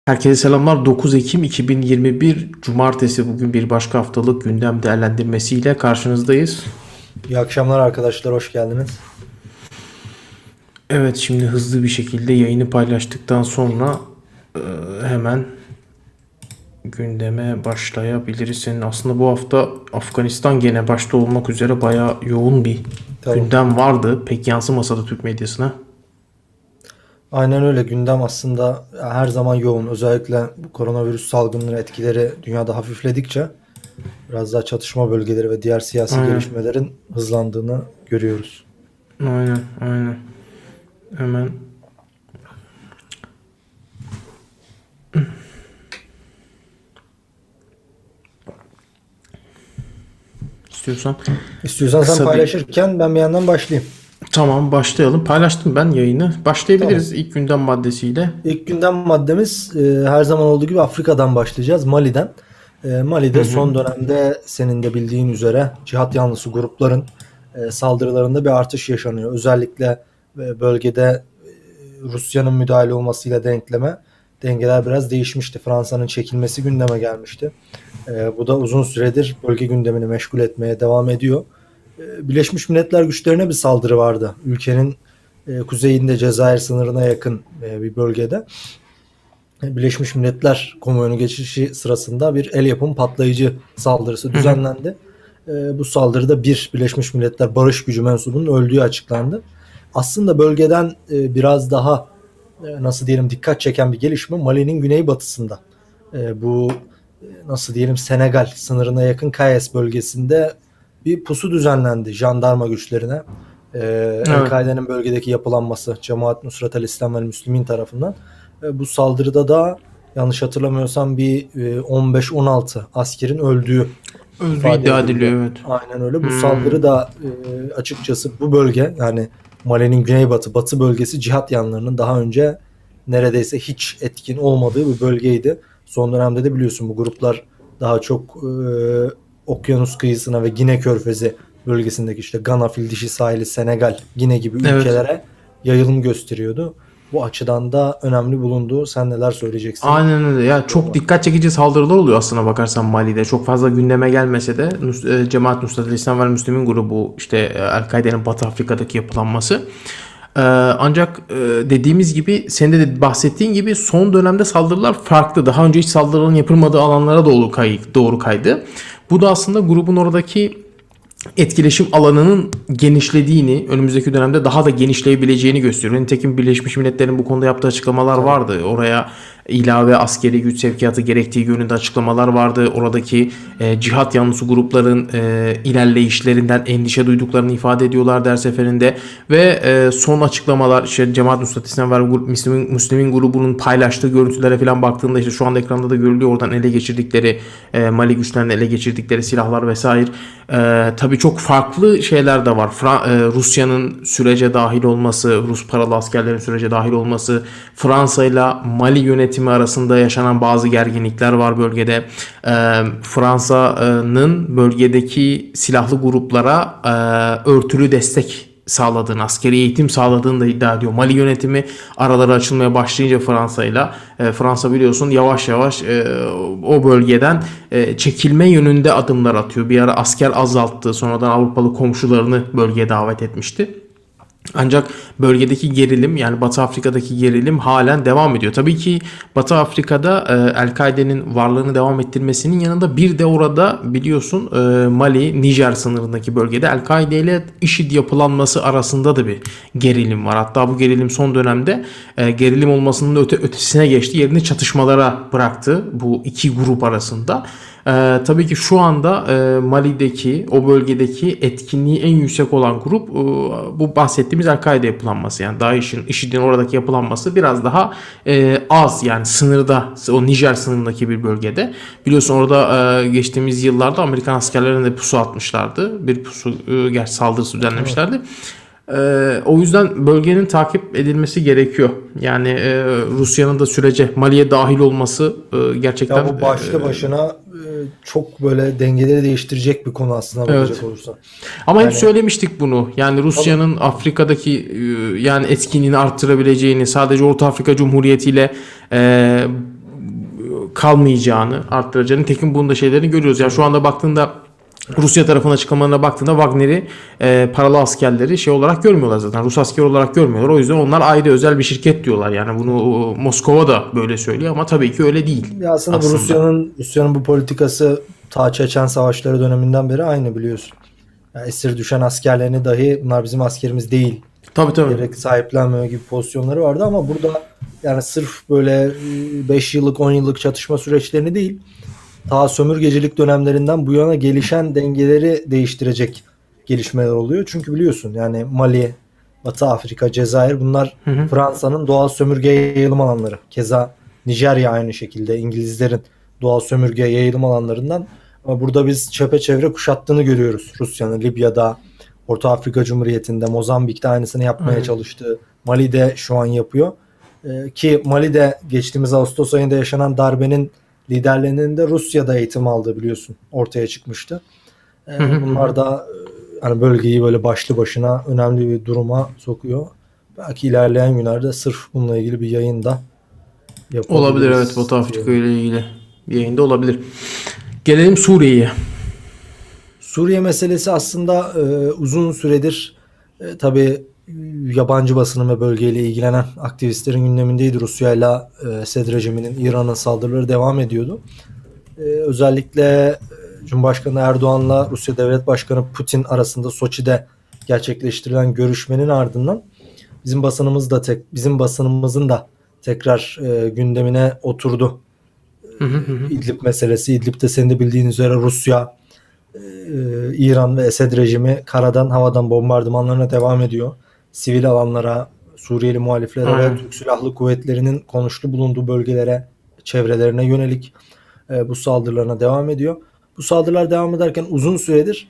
Herkese selamlar. 9 Ekim 2021 Cumartesi, bugün bir başka haftalık gündem değerlendirmesiyle karşınızdayız. İyi akşamlar arkadaşlar, hoş geldiniz. Evet, şimdi hızlı bir şekilde yayını paylaştıktan sonra hemen gündeme başlayabiliriz. Senin aslında bu hafta Afganistan gene başta olmak üzere bayağı yoğun bir Tabii. gündem vardı. Pek yansımasa da Türk medyasına. Aynen öyle, gündem aslında her zaman yoğun. Özellikle bu koronavirüs salgınının etkileri dünyada hafifledikçe biraz daha çatışma bölgeleri ve diğer siyasi Aynen, gelişmelerin hızlandığını görüyoruz. aynen. Hemen istiyorsan İstiyorsan sen kısa bir. paylaşırken ben bir yandan başlayayım. Tamam, başlayalım. Paylaştım ben yayını. Tamam. Başlayabiliriz ilk gündem maddesiyle. İlk gündem maddemiz her zaman olduğu gibi Afrika'dan başlayacağız. Mali'den. Hı Mali'de hı. son dönemde senin de bildiğin üzere cihat yanlısı grupların saldırılarında bir artış yaşanıyor. Özellikle bölgede Rusya'nın müdahale olmasıyla dengeler biraz değişmişti. Fransa'nın çekilmesi gündeme gelmişti. Bu da uzun süredir bölge gündemini meşgul etmeye devam ediyor. Birleşmiş Milletler güçlerine bir saldırı vardı. Ülkenin kuzeyinde Cezayir sınırına yakın bir bölgede. Birleşmiş Milletler konvoyunun geçişi sırasında bir el yapımı patlayıcı saldırısı Hı hı. düzenlendi. Bu saldırıda bir Birleşmiş Milletler barış gücü mensubunun öldüğü açıklandı. Aslında bölgeden biraz daha nasıl diyelim dikkat çeken bir gelişme Mali'nin güneybatısında. Bu nasıl diyelim Senegal sınırına yakın Kayes bölgesinde bir pusu düzenlendi jandarma güçlerine. Evet. El-Kaide'nin bölgedeki yapılanması Cemaat Nusratel İslam ve Müslümin tarafından. Bu saldırıda da yanlış hatırlamıyorsam bir 15-16 askerin öldüğü Öldüğü ifade iddia edildi. ediliyor, evet. Aynen öyle. Bu Hmm. saldırı da açıkçası bu bölge yani Mali'nin batı bölgesi cihat yanlarının daha önce neredeyse hiç etkin olmadığı bir bölgeydi. Son dönemde de biliyorsun bu gruplar daha çok okyanus kıyısına ve Gine Körfezi bölgesindeki işte Gana, Fil Dişi Sahili, Senegal, Gine gibi Evet. ülkelere yayılım gösteriyordu. Bu açıdan da önemli bulundu. Sen neler söyleyeceksin Aynen öyle. Ya, bu çok duruma? dikkat çekici saldırılar oluyor aslına bakarsan Mali'de. Çok fazla gündeme gelmese de Cemaat Nusratel İslam ve Müslümin grubu, işte El-Kaide'nin Batı Afrika'daki yapılanması. Ancak dediğimiz gibi, senin de bahsettiğin gibi son dönemde saldırılar farklı. Daha önce hiç saldırıların yapılmadığı alanlara doğru kaydı. Bu da aslında grubun oradaki etkileşim alanının genişlediğini, önümüzdeki dönemde daha da genişleyebileceğini gösteriyor. Nitekim Birleşmiş Milletler'in bu konuda yaptığı açıklamalar Tabii. vardı. Oraya ilave askeri güç sevkiyatı gerektiği yönünde açıklamalar vardı. Oradaki cihat yanlısı grupların ilerleyişlerinden endişe duyduklarını ifade ediyorlar her seferinde. Ve son açıklamalar, işte Cemaat Nusrat İslam ve Müslümin grubunun paylaştığı görüntülere falan baktığında, işte şu anda ekranda da görülüyor, oradan ele geçirdikleri Mali güçlerinin ele geçirdikleri silahlar vesaire. Tabii çok farklı şeyler de var. Rusya'nın sürece dahil olması, Rus paralı askerlerin sürece dahil olması, Fransa ile Mali yönetimi arasında yaşanan bazı gerginlikler var bölgede. Fransa'nın bölgedeki silahlı gruplara örtülü destek sağladığını, askeri eğitim sağladığını da iddia ediyor. Mali yönetimi araları açılmaya başlayınca Fransa'yla, Fransa biliyorsun yavaş yavaş o bölgeden çekilme yönünde adımlar atıyor. Bir ara asker azalttı. Sonradan Avrupalı komşularını bölgeye davet etmişti. Ancak bölgedeki gerilim, yani Batı Afrika'daki gerilim halen devam ediyor. Tabii ki Batı Afrika'da El-Kaide'nin varlığını devam ettirmesinin yanında bir de orada biliyorsun Mali, Nijer sınırındaki bölgede El-Kaide ile IŞİD yapılanması arasında da bir gerilim var. Hatta bu gerilim son dönemde gerilim olmasının ötesine geçti. Yerini çatışmalara bıraktı bu iki grup arasında. Tabii ki şu anda Mali'deki, o bölgedeki etkinliği en yüksek olan grup bu bahsettiğimiz El-Kaide yapılanması. Yani DAEŞ'in, IŞİD'in oradaki yapılanması biraz daha az, yani sınırda, o Nijer sınırındaki bir bölgede. Biliyorsun orada geçtiğimiz yıllarda Amerikan askerlerine de pusu atmışlardı. Bir pusu gerçi saldırısı Evet. düzenlemişlerdi. O yüzden bölgenin takip edilmesi gerekiyor. Yani Rusya'nın da sürece, Mali'ye dahil olması Ya gerçekten bu başlı başına çok böyle dengeleri değiştirecek bir konu aslına bakacak evet. olursa. Ama hep Yani söylemiştik bunu. Yani tabii. Rusya'nın Afrika'daki yani etkinliğini arttırabileceğini, sadece Orta Afrika Cumhuriyeti ile e, kalmayacağını, arttıracağını, tekin bunun da şeylerini görüyoruz. Yani şu anda baktığında Rusya tarafının açıklamalarına baktığında Wagner'i paralı askerleri şey olarak görmüyorlar zaten. Rus asker olarak görmüyorlar. O yüzden onlar ayrı özel bir şirket diyorlar. Yani bunu Moskova da böyle söylüyor ama tabii ki öyle değil. Ya aslında bu Rusya'nın bu politikası ta Çeçen savaşları döneminden beri aynı, biliyorsun. Yani esir düşen askerlerini dahi bunlar bizim askerimiz değil. Tabii. Gerek sahiplenmeme gibi pozisyonları vardı ama burada yani sırf böyle 5 yıllık 10 yıllık çatışma süreçlerini değil, ta sömürgecilik dönemlerinden bu yana gelişen dengeleri değiştirecek gelişmeler oluyor. Çünkü biliyorsun yani Mali, Batı Afrika, Cezayir bunlar Fransa'nın doğal sömürge yayılım alanları. Keza Nijerya aynı şekilde İngilizlerin doğal sömürge yayılım alanlarından. Ama burada biz çepeçevre kuşattığını görüyoruz. Rusya'nın Libya'da, Orta Afrika Cumhuriyeti'nde, Mozambik'te aynısını yapmaya çalıştığı, Mali'de şu an yapıyor. Ki Mali'de geçtiğimiz Ağustos ayında yaşanan darbenin liderlerinin de Rusya'da eğitim aldığı biliyorsun ortaya çıkmıştı. Bunlar da hani bölgeyi böyle başlı başına önemli bir duruma sokuyor. Belki ilerleyen günlerde sırf bununla ilgili bir yayın da yapabiliriz. Olabilir, evet, Batı Afrika ile ilgili bir yayında olabilir. Gelelim Suriye'ye. Suriye meselesi aslında uzun süredir tabii yabancı basının ve bölgeyle ilgilenen aktivistlerin gündemindeydi. Rusya'yla Esed rejiminin, İran'ın saldırıları devam ediyordu. Özellikle Cumhurbaşkanı Erdoğan'la Rusya Devlet Başkanı Putin arasında Soçi'de gerçekleştirilen görüşmenin ardından bizim basınımızın da tekrar gündemine oturdu. İdlib meselesi. İdlib'de senin de bildiğin üzere Rusya, İran ve Esed rejimi karadan havadan bombardımanlarına devam ediyor. Sivil alanlara, Suriyeli muhaliflere ve Türk Silahlı Kuvvetleri'nin konuşlu bulunduğu bölgelere, çevrelerine yönelik bu saldırılarına devam ediyor. Bu saldırılar devam ederken uzun süredir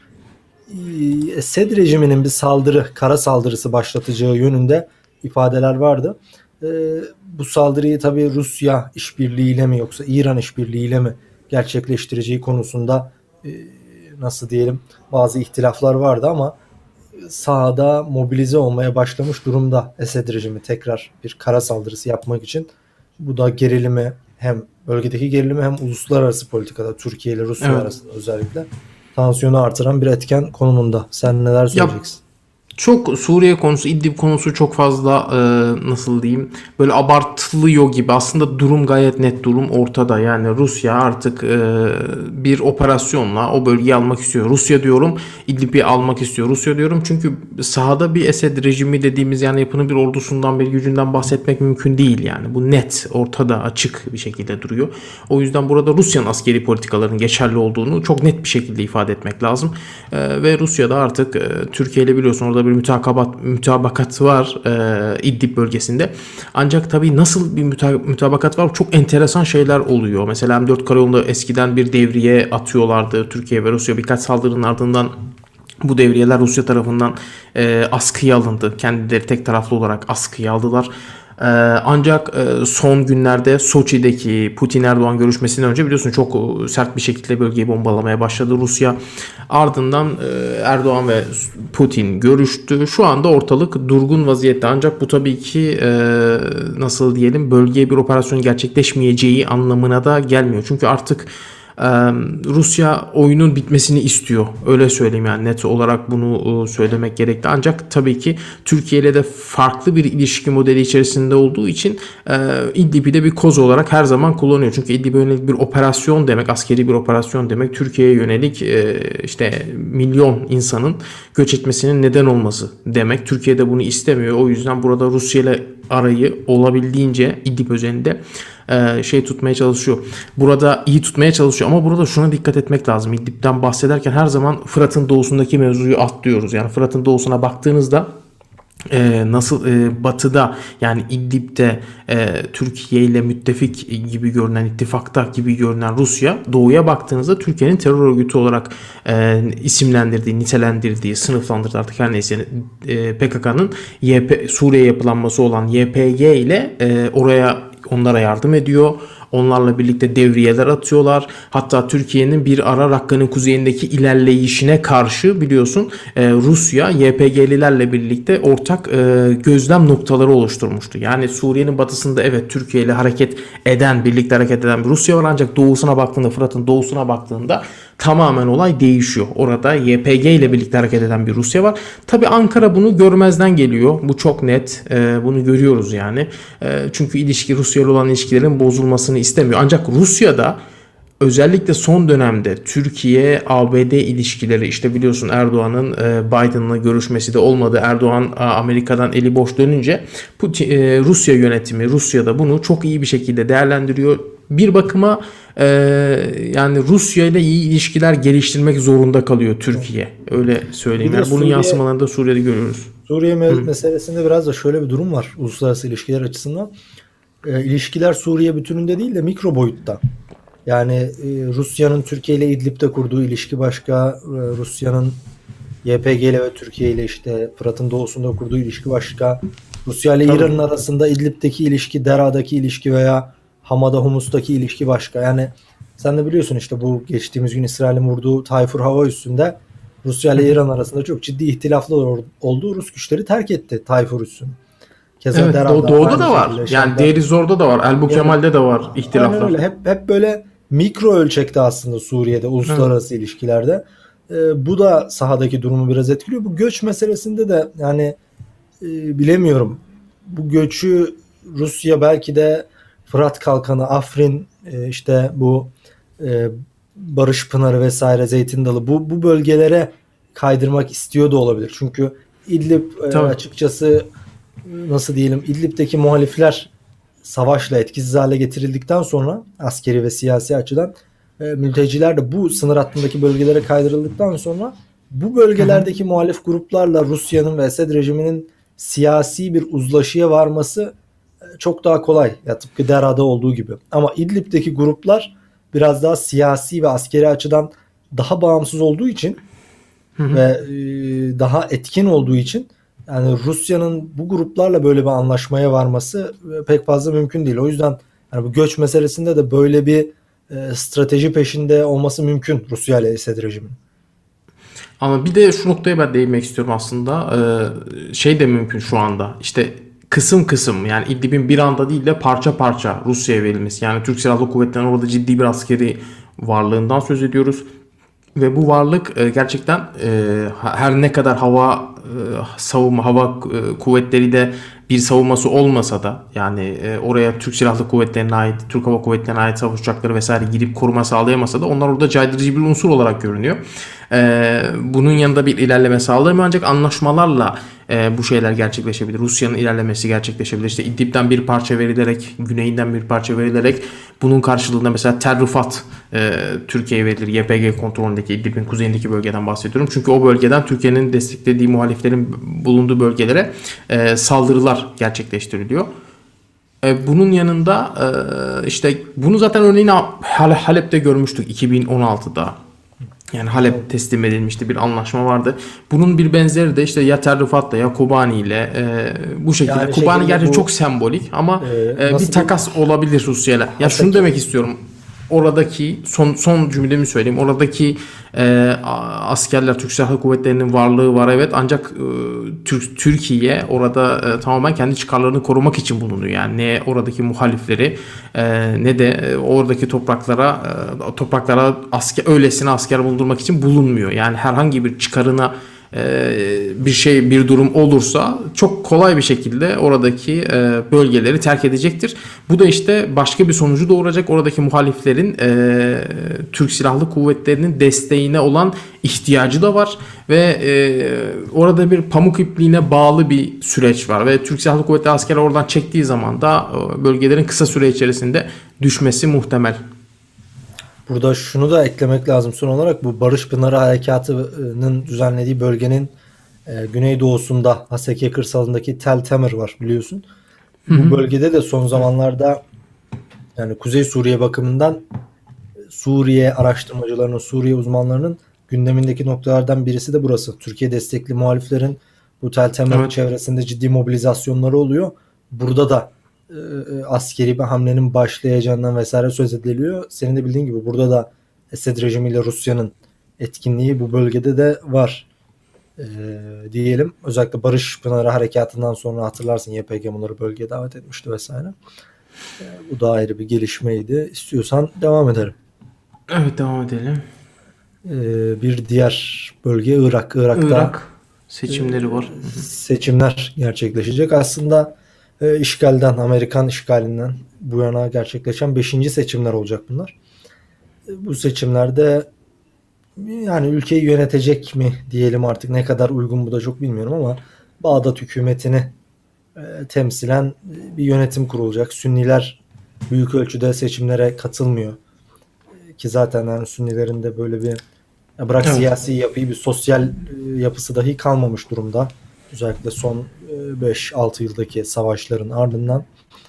Esed rejiminin bir kara saldırısı başlatacağı yönünde ifadeler vardı. Bu saldırıyı tabii Rusya işbirliğiyle mi yoksa İran işbirliğiyle mi gerçekleştireceği konusunda nasıl diyelim bazı ihtilaflar vardı ama sahada mobilize olmaya başlamış durumda Esed rejimi tekrar bir kara saldırısı yapmak için. Bu da gerilimi, hem bölgedeki gerilimi hem uluslararası politikada Türkiye ile Rusya arasında özellikle tansiyonu artıran bir etken konumunda. Sen neler söyleyeceksin? Çok Suriye konusu, İdlib konusu çok fazla nasıl diyeyim böyle abartılıyor gibi. Aslında durum gayet net, durum ortada. Yani Rusya artık bir operasyonla o bölgeyi almak istiyor. Rusya diyorum, İdlib'i almak istiyor. Rusya diyorum çünkü sahada bir Esed rejimi dediğimiz yani yapının bir ordusundan, bir gücünden bahsetmek mümkün değil yani. Bu net, ortada, açık bir şekilde duruyor. O yüzden burada Rusya'nın askeri politikalarının geçerli olduğunu çok net bir şekilde ifade etmek lazım. Ve Rusya'da artık Türkiye ile biliyorsun orada bir mütabakat var İdlib bölgesinde. Ancak tabii nasıl bir mütabakat var? Çok enteresan şeyler oluyor. Mesela M4 Karayolu'nda eskiden bir devriye atıyorlardı. Türkiye ve Rusya birkaç saldırının ardından bu devriyeler Rusya tarafından askıya alındı. Kendileri tek taraflı olarak askıya aldılar. Ancak son günlerde Soçi'deki Putin-Erdoğan görüşmesinden önce biliyorsun çok sert bir şekilde bölgeyi bombalamaya başladı Rusya. Ardından Erdoğan ve Putin görüştü. Şu anda ortalık durgun vaziyette. Ancak bu tabii ki nasıl diyelim bölgeye bir operasyon gerçekleşmeyeceği anlamına da gelmiyor. Çünkü artık Rusya oyunun bitmesini istiyor. Öyle söyleyeyim yani net olarak bunu söylemek gerekli. Ancak tabii ki Türkiye ile de farklı bir ilişki modeli içerisinde olduğu için İdlib'i de bir koz olarak her zaman kullanıyor. Çünkü İdlib'e yönelik bir operasyon demek, askeri bir operasyon demek Türkiye'ye yönelik işte milyon insanın göç etmesinin neden olması demek. Türkiye de bunu istemiyor. O yüzden burada Rusya ile arayı olabildiğince İdlib özelinde tutmaya çalışıyor. Burada iyi tutmaya çalışıyor ama burada şuna dikkat etmek lazım. İdlib'den bahsederken her zaman Fırat'ın doğusundaki mevzuyu atlıyoruz. Yani Fırat'ın doğusuna baktığınızda nasıl batıda yani İdlib'de Türkiye ile müttefik gibi görünen, ittifakta gibi görünen Rusya, doğuya baktığınızda Türkiye'nin terör örgütü olarak isimlendirdiği, nitelendirdiği, sınıflandırdığı artık her neyse PKK'nın Suriye yapılanması olan YPG ile onlara yardım ediyor. Onlarla birlikte devriyeler atıyorlar. Hatta Türkiye'nin bir ara Rakka'nın kuzeyindeki ilerleyişine karşı biliyorsun Rusya YPG'lilerle birlikte ortak gözlem noktaları oluşturmuştu. Yani Suriye'nin batısında evet Türkiye ile birlikte hareket eden bir Rusya var, ancak doğusuna baktığında, Fırat'ın doğusuna baktığında tamamen olay değişiyor. Orada YPG ile birlikte hareket eden bir Rusya var. Tabi Ankara bunu görmezden geliyor. Bu çok net. Bunu görüyoruz yani. Çünkü Rusya ile olan ilişkilerin bozulmasını istemiyor. Ancak Rusya'da özellikle son dönemde Türkiye-ABD ilişkileri, işte biliyorsun Erdoğan'ın Biden'la görüşmesi de olmadı. Erdoğan Amerika'dan eli boş dönünce Rusya yönetimi, Rusya'da bunu çok iyi bir şekilde değerlendiriyor. Bir bakıma yani Rusya ile iyi ilişkiler geliştirmek zorunda kalıyor Türkiye. Öyle söyleyeyim. Yani bunun yansımalarını da Suriye'de görüyoruz. Suriye meselesinde biraz da şöyle bir durum var uluslararası ilişkiler açısından. İlişkiler Suriye bütününde değil de mikro boyutta. Yani Rusya'nın Türkiye ile İdlib'de kurduğu ilişki başka, Rusya'nın YPG ile ve Türkiye ile işte Fırat'ın doğusunda kurduğu ilişki başka, Rusya ile İran'ın arasında İdlib'deki ilişki, Dera'daki ilişki veya Hamada Humus'taki ilişki başka. Yani sen de biliyorsun işte bu geçtiğimiz gün İsrail'in vurduğu Tayfur hava üssünde Rusya ile İran arasında çok ciddi ihtilaflar oldu. Rus güçleri terk etti Tayfur üssünü. Keza evet, doğuda da var. Yani Deir ez-Zor'da da var. Elbu Kemal'de de var ihtilaflar. Öyle. Hep böyle mikro ölçekte aslında Suriye'de uluslararası ilişkilerde. Bu da sahadaki durumu biraz etkiliyor. Bu göç meselesinde de yani bilemiyorum. Bu göçü Rusya belki de Fırat Kalkanı, Afrin, işte bu Barış Pınarı vesaire, Zeytin Dalı bu bölgelere kaydırmak istiyor da olabilir. Çünkü İdlib açıkçası nasıl diyelim, İdlib'deki muhalifler savaşla etkisiz hale getirildikten sonra askeri ve siyasi açıdan mülteciler de bu sınır hattındaki bölgelere kaydırıldıktan sonra bu bölgelerdeki muhalif gruplarla Rusya'nın ve Esed rejiminin siyasi bir uzlaşıya varması çok daha kolay. Ya tıpkı Dera'da olduğu gibi. Ama İdlib'deki gruplar biraz daha siyasi ve askeri açıdan daha bağımsız olduğu için ve daha etkin olduğu için yani Rusya'nın bu gruplarla böyle bir anlaşmaya varması pek fazla mümkün değil. O yüzden yani bu göç meselesinde de böyle bir strateji peşinde olması mümkün Rusya ile Esed rejiminin. Ama bir de şu noktaya ben değinmek istiyorum aslında. Şey de mümkün şu anda. İşte kısım kısım, yani İdlib'in bir anda değil de parça parça Rusya'ya verilmesi. Yani Türk Silahlı Kuvvetleri'nin orada ciddi bir askeri varlığından söz ediyoruz. Ve bu varlık gerçekten her ne kadar hava kuvvetleri de bir savunması olmasa da, yani oraya Türk Silahlı Kuvvetleri'ne ait, Türk Hava Kuvvetleri'ne ait savaş uçakları vesaire girip koruma sağlayamasa da onlar orada caydırıcı bir unsur olarak görünüyor. Bunun yanında bir ilerleme sağlayamıyor, ancak anlaşmalarla bu şeyler gerçekleşebilir. Rusya'nın ilerlemesi gerçekleşebilir. İşte İdlib'den bir parça verilerek, güneyinden bir parça verilerek bunun karşılığında mesela Tel Rifat Türkiye'ye verilir. YPG kontrolündeki İdlib'in kuzeyindeki bölgeden bahsediyorum. Çünkü o bölgeden Türkiye'nin desteklediği muhaliflerin bulunduğu bölgelere saldırılar gerçekleştiriliyor. Bunun yanında işte bunu zaten örneğin Halep'te görmüştük 2016'da. Yani Halep teslim edilmişti, bir anlaşma vardı. Bunun bir benzeri de işte ya Tel Rifat'la ya Kobani ile bu şekilde. Yani Kobani gerçi çok sembolik ama bir takas olabilir Rusya'yla. Ya şunu demek istiyorum. Oradaki son cümlemi söyleyeyim. Oradaki askerler, Türk Silahlı Kuvvetleri'nin varlığı var evet, ancak Türkiye orada tamamen kendi çıkarlarını korumak için bulunuyor. Yani ne oradaki muhalifleri ne de oradaki topraklara öylesine asker bulundurmak için bulunmuyor. Yani herhangi bir çıkarına bir durum olursa çok kolay bir şekilde oradaki bölgeleri terk edecektir. Bu da işte başka bir sonucu doğuracak. Oradaki muhaliflerin Türk Silahlı Kuvvetleri'nin desteğine olan ihtiyacı da var ve orada bir pamuk ipliğine bağlı bir süreç var ve Türk Silahlı Kuvvetleri askerler oradan çektiği zaman da bölgelerin kısa süre içerisinde düşmesi muhtemel. Burada şunu da eklemek lazım son olarak, bu Barış Pınarı Harekatı'nın düzenlediği bölgenin güneydoğusunda Haseki kırsalındaki Tel Temer var biliyorsun. Bu bölgede de son zamanlarda yani Kuzey Suriye bakımından Suriye araştırmacılarının, Suriye uzmanlarının gündemindeki noktalardan birisi de burası. Türkiye destekli muhaliflerin bu Tel Temer çevresinde ciddi mobilizasyonları oluyor. Burada da askeri bir hamlenin başlayacağından vesaire söz ediliyor. Senin de bildiğin gibi burada da Esed rejimiyle Rusya'nın etkinliği bu bölgede de var. Diyelim. Özellikle Barış Pınarı Harekatı'ndan sonra hatırlarsın YPG bunları bölgeye davet etmişti vesaire. Bu da ayrı bir gelişmeydi. İstiyorsan devam edelim. Evet, devam edelim. Bir diğer bölge Irak. Irak'ta Irak seçimleri var. seçimler gerçekleşecek. Aslında işgalden, Amerikan işgalinden bu yana gerçekleşen 5. seçimler olacak bunlar. Bu seçimlerde yani ülkeyi yönetecek mi diyelim, artık ne kadar uygun bu da çok bilmiyorum ama Bağdat hükümetini temsilen bir yönetim kurulacak. Sünniler büyük ölçüde seçimlere katılmıyor. Ki zaten yani Sünnilerin de böyle bir bırak Evet. siyasi yapıyı, bir sosyal yapısı dahi kalmamış durumda. Özellikle son 5-6 yıldaki savaşların ardından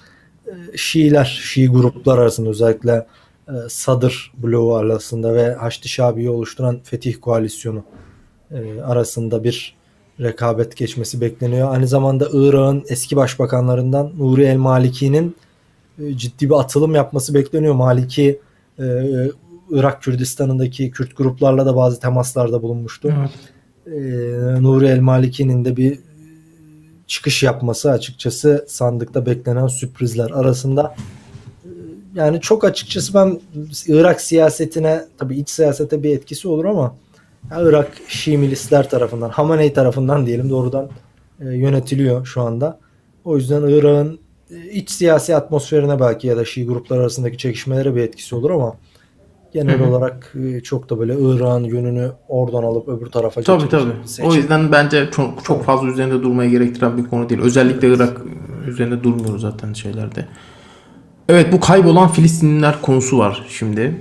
Şii gruplar arasında, özellikle Sadr bloğu arasında ve Haçlı Şabi'yi oluşturan Fetih Koalisyonu arasında bir rekabet geçmesi bekleniyor. Aynı zamanda Irak'ın eski başbakanlarından Nuri El Maliki'nin ciddi bir atılım yapması bekleniyor. Maliki Irak Kürdistan'ındaki Kürt gruplarla da bazı temaslarda bulunmuştu. Evet. Nuri El Maliki'nin de bir çıkış yapması açıkçası sandıkta beklenen sürprizler arasında. Yani çok açıkçası ben Irak siyasetine, tabii iç siyasete bir etkisi olur ama Irak Şii milisler tarafından, Hamenei tarafından diyelim, doğrudan yönetiliyor şu anda. O yüzden Irak'ın iç siyasi atmosferine belki ya da Şii gruplar arasındaki çekişmelere bir etkisi olur ama genel olarak çok da böyle Irak'ın yönünü oradan alıp öbür tarafa Tabii geçirecek tabii. bir seçim. O yüzden bence çok fazla üzerinde durmaya gerektiren bir konu değil. Özellikle Irak üzerinde durmuyoruz zaten şeylerde. Evet, bu kaybolan Filistinliler konusu var şimdi.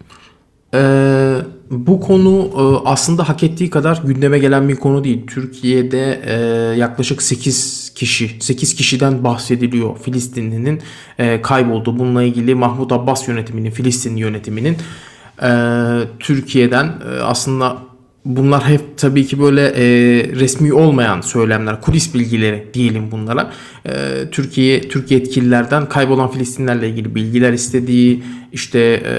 Bu konu aslında hak ettiği kadar gündeme gelen bir konu değil. Türkiye'de yaklaşık 8 kişiden bahsediliyor Filistinlinin kayboldu. Bununla ilgili Mahmut Abbas yönetiminin, Filistin yönetiminin Türkiye'den aslında bunlar hep tabii ki böyle resmi olmayan söylemler, kulis bilgileri diyelim bunlara. Türkiye yetkililerden kaybolan Filistinlerle ilgili bilgiler istediği, işte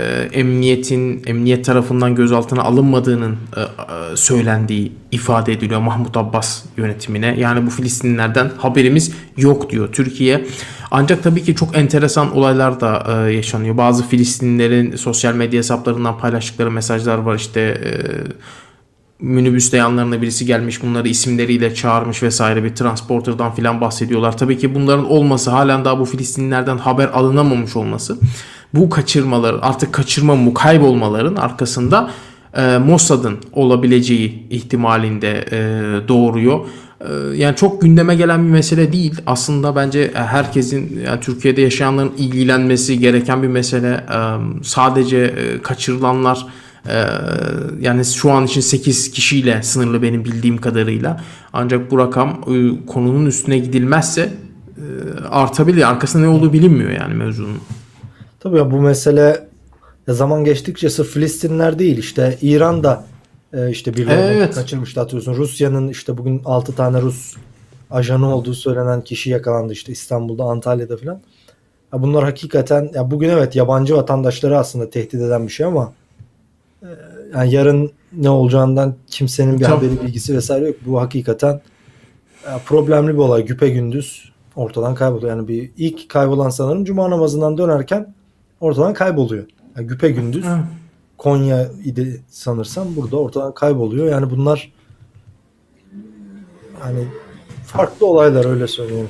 emniyet tarafından gözaltına alınmadığının söylendiği ifade ediliyor Mahmut Abbas yönetimine. Yani bu Filistinlilerden haberimiz yok diyor Türkiye. Ancak tabii ki çok enteresan olaylar da yaşanıyor. Bazı Filistinlilerin sosyal medya hesaplarından paylaştıkları mesajlar var. İşte minibüste yanlarına birisi gelmiş, bunları isimleriyle çağırmış vesaire, bir transporterdan filan bahsediyorlar. Tabii ki bunların olması, halen daha bu Filistinlilerden haber alınamamış olması, bu kaçırmaların, artık kaçırma mı, kaybolmaların arkasında Mossad'ın olabileceği ihtimalinde doğuruyor. Yani çok gündeme gelen bir mesele değil. Aslında bence herkesin, yani Türkiye'de yaşayanların ilgilenmesi gereken bir mesele. Sadece kaçırılanlar yani şu an için 8 kişiyle sınırlı benim bildiğim kadarıyla. Ancak bu rakam konunun üstüne gidilmezse artabilir. Arkasında ne olduğu bilinmiyor yani mevzunun. Tabii ya, bu mesele zaman geçtikçe sırf Filistinler değil, işte İran da işte birilerini Evet. kaçırmıştı, hatırlıyorsun. Rusya'nın işte bugün 6 tane Rus ajanı olduğu söylenen kişi yakalandı işte İstanbul'da, Antalya'da falan. Ya bunlar hakikaten, ya bugün evet yabancı vatandaşları aslında tehdit eden bir şey ama yani yarın ne olacağından kimsenin bir Tabii. haberi, bilgisi vesaire yok. Bu hakikaten problemli bir olay. Güpegündüz ortadan kayboluyor. Yani bir ilk kaybolan sanırım Cuma namazından dönerken ortadan kayboluyor. Yani güpegündüz Evet. Konya idi sanırsam, burada ortadan kayboluyor. Yani bunlar hani farklı olaylar, öyle söyleyeyim.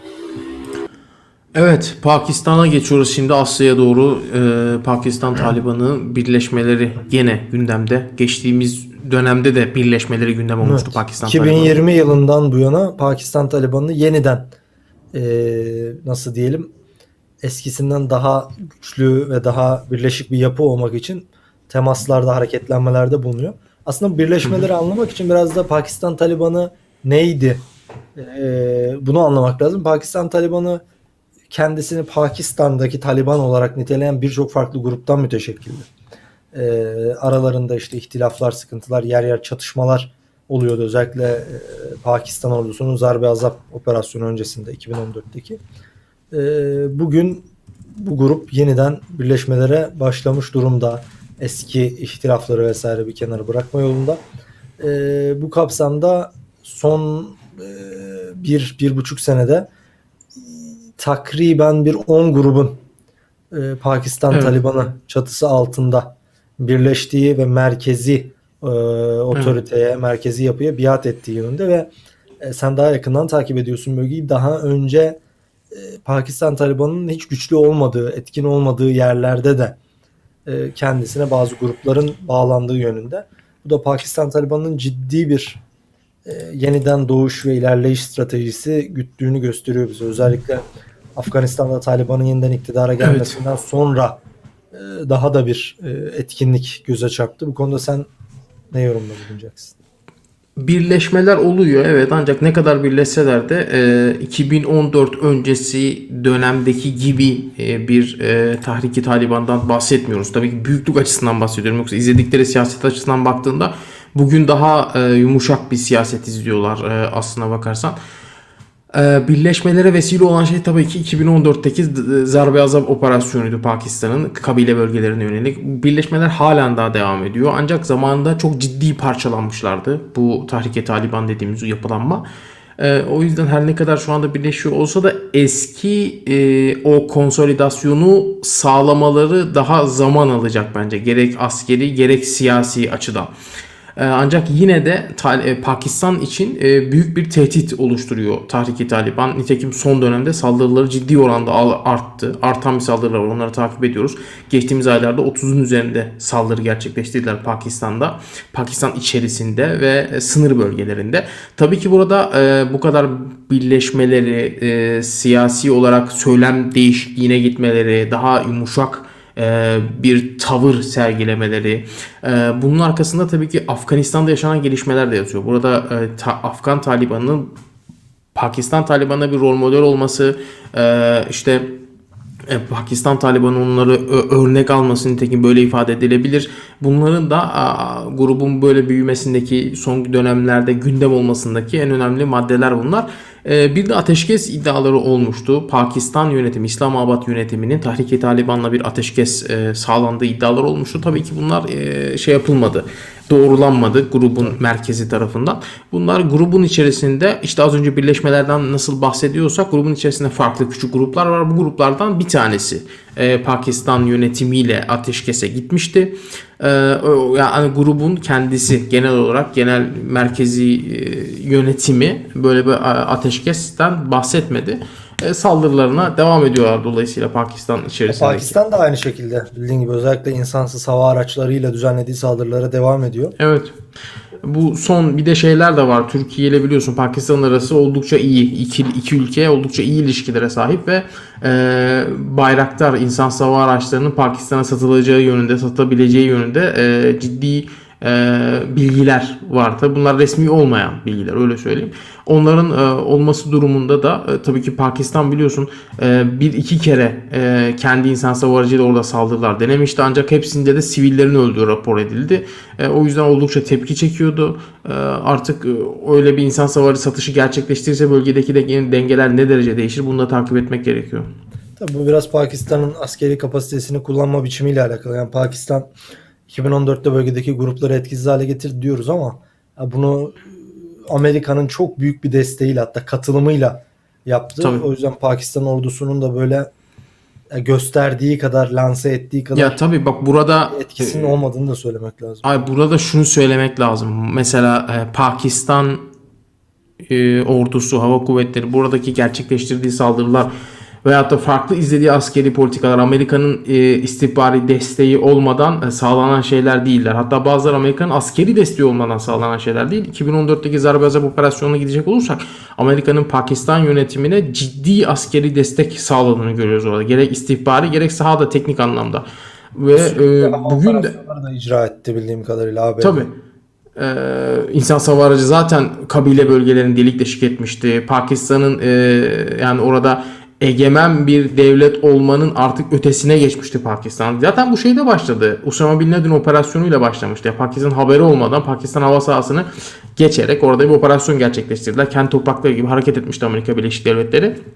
Evet, Pakistan'a geçiyoruz şimdi, Asya'ya doğru. Pakistan Taliban'ı birleşmeleri gene gündemde. Geçtiğimiz dönemde de birleşmeleri gündem olmuştu Evet. Pakistan Taliban'ı. 2020 yılından bu yana Pakistan Taliban'ı yeniden nasıl diyelim, eskisinden daha güçlü ve daha birleşik bir yapı olmak için temaslarda, hareketlenmelerde bulunuyor. Aslında birleşmeleri anlamak için biraz da Pakistan Taliban'ı neydi? Bunu anlamak lazım. Pakistan Taliban'ı kendisini Pakistan'daki Taliban olarak niteleyen birçok farklı gruptan müteşekkildi. Aralarında işte ihtilaflar, sıkıntılar, yer yer çatışmalar oluyordu. Özellikle Pakistan ordusunun Zarbe Azap operasyonu öncesinde 2014'teki. Bugün bu grup yeniden birleşmelere başlamış durumda. Eski ihtilafları vesaire bir kenara bırakma yolunda. Bu kapsamda son 1,5 senede takriben bir 10 grubun Pakistan Evet. Taliban'ı çatısı altında birleştiği ve merkezi otoriteye, merkezi yapıya biat ettiği yönünde ve sen daha yakından takip ediyorsun bölgeyi. Daha önce Pakistan Taliban'ın hiç güçlü olmadığı, etkin olmadığı yerlerde de kendisine bazı grupların bağlandığı yönünde. Bu da Pakistan Taliban'ın ciddi bir yeniden doğuş ve ilerleyiş stratejisi güttüğünü gösteriyor bize. Özellikle Afganistan'da Taliban'ın yeniden iktidara gelmesinden sonra daha da bir etkinlik göze çarptı. Bu konuda sen ne yorumda bulunacaksın? Birleşmeler oluyor evet, ancak ne kadar birleşseler de 2014 öncesi dönemdeki gibi bir Tahrik-i Taliban'dan bahsetmiyoruz. Tabii ki büyüklük açısından bahsediyorum, yoksa izledikleri siyaset açısından baktığında bugün daha yumuşak bir siyaset izliyorlar aslına bakarsan. Birleşmelere vesile olan şey tabii ki 2014'teki Zarbe Azap operasyonuydu Pakistan'ın kabile bölgelerine yönelik. Birleşmeler halen daha devam ediyor. Ancak zamanında çok ciddi parçalanmışlardı bu Tahrik-i Taliban dediğimiz yapılanma. O yüzden her ne kadar şu anda birleşiyor olsa da eski o konsolidasyonu sağlamaları daha zaman alacak bence. Gerek askeri gerek siyasi açıdan. Ancak yine de Pakistan için büyük bir tehdit oluşturuyor Tahrik-i Taliban. Nitekim son dönemde saldırıları ciddi oranda arttı. Artan bir saldırılar var. Onları takip ediyoruz. Geçtiğimiz aylarda 30'un üzerinde saldırı gerçekleştirdiler Pakistan'da. Pakistan içerisinde ve sınır bölgelerinde. Tabii ki burada bu kadar birleşmeleri, siyasi olarak söylem değişikliğine gitmeleri, daha yumuşak bir tavır sergilemeleri. Bunun arkasında tabii ki Afganistan'da yaşanan gelişmeler de yatıyor. Burada Afgan Taliban'ın Pakistan Taliban'a bir rol model olması, işte Pakistan Taliban'ın onları örnek alması, nitekim böyle ifade edilebilir. Bunların da grubun böyle büyümesindeki son dönemlerde gündem olmasındaki en önemli maddeler bunlar. Bir de ateşkes iddiaları olmuştu. Pakistan yönetimi, İslamabad yönetiminin Tahrik-i Taliban'la bir ateşkes sağlandığı iddialar olmuştu. Tabii ki bunlar şey yapılmadı, doğrulanmadı grubun merkezi tarafından. Bunlar grubun içerisinde, işte az önce birleşmelerden nasıl bahsediyorsak, grubun içerisinde farklı küçük gruplar var. Bu gruplardan bir tanesi Pakistan yönetimiyle ateşkese gitmişti. Yani grubun kendisi genel olarak genel merkezi yönetimi böyle bir ateşkesten bahsetmedi. Saldırılarına devam ediyorlar dolayısıyla Pakistan içerisindeki. Pakistan da aynı şekilde bildiğin gibi özellikle insansız hava araçlarıyla düzenlediği saldırılara devam ediyor. Evet. Bu son bir de şeyler de var. Türkiye ile biliyorsun Pakistan arası oldukça iyi. İki ülke oldukça iyi ilişkilere sahip ve Bayraktar insansız hava araçlarının Pakistan'a satılacağı yönünde, satabileceği yönünde ciddi bilgiler var. Tabi bunlar resmi olmayan bilgiler, öyle söyleyeyim. Onların olması durumunda da tabii ki Pakistan biliyorsun bir iki kere kendi insansız hava aracıyla orada saldırılar denemişti, ancak hepsinde de sivillerin öldüğü rapor edildi. O yüzden oldukça tepki çekiyordu. Artık öyle bir insansız hava aracı satışı gerçekleştirirse bölgedeki dengeler ne derece değişir, bunu da takip etmek gerekiyor. Tabii bu biraz Pakistan'ın askeri kapasitesini kullanma biçimiyle alakalı. Yani Pakistan 2014'te bölgedeki grupları etkisiz hale getirdi diyoruz ama bunu Amerika'nın çok büyük bir desteğiyle, hatta katılımıyla yaptı. Tabii. O yüzden Pakistan ordusunun da böyle gösterdiği kadar, lanse ettiği kadar Ya tabii bak burada etkisinin olmadığını da söylemek lazım. burada şunu söylemek lazım. Mesela Pakistan ordusu, hava kuvvetleri buradaki gerçekleştirdiği saldırılar veyahut da farklı izlediği askeri politikalar Amerika'nın istihbari desteği olmadan sağlanan şeyler değiller. Hatta bazıları Amerika'nın askeri desteği olmadan sağlanan şeyler değil. 2014'teki Zarbe Azap operasyonuna gidecek olursak Amerika'nın Pakistan yönetimine ciddi askeri destek sağladığını görüyoruz orada. Gerek istihbari gerek sahada teknik anlamda. Ve bugün de da icra etti bildiğim kadarıyla abi. tabii. İnsan hava aracı zaten kabile bölgelerini delik deşik etmişti. Pakistan'ın yani orada egemen bir devlet olmanın artık ötesine geçmişti Pakistan. Zaten bu şeyde başladı. Usama Bin Laden operasyonuyla başlamıştı. Yani Pakistan'ın haberi olmadan Pakistan hava sahasını geçerek orada bir operasyon gerçekleştirdiler. Kendi toprakları gibi hareket etmişti Amerika Birleşik Devletleri.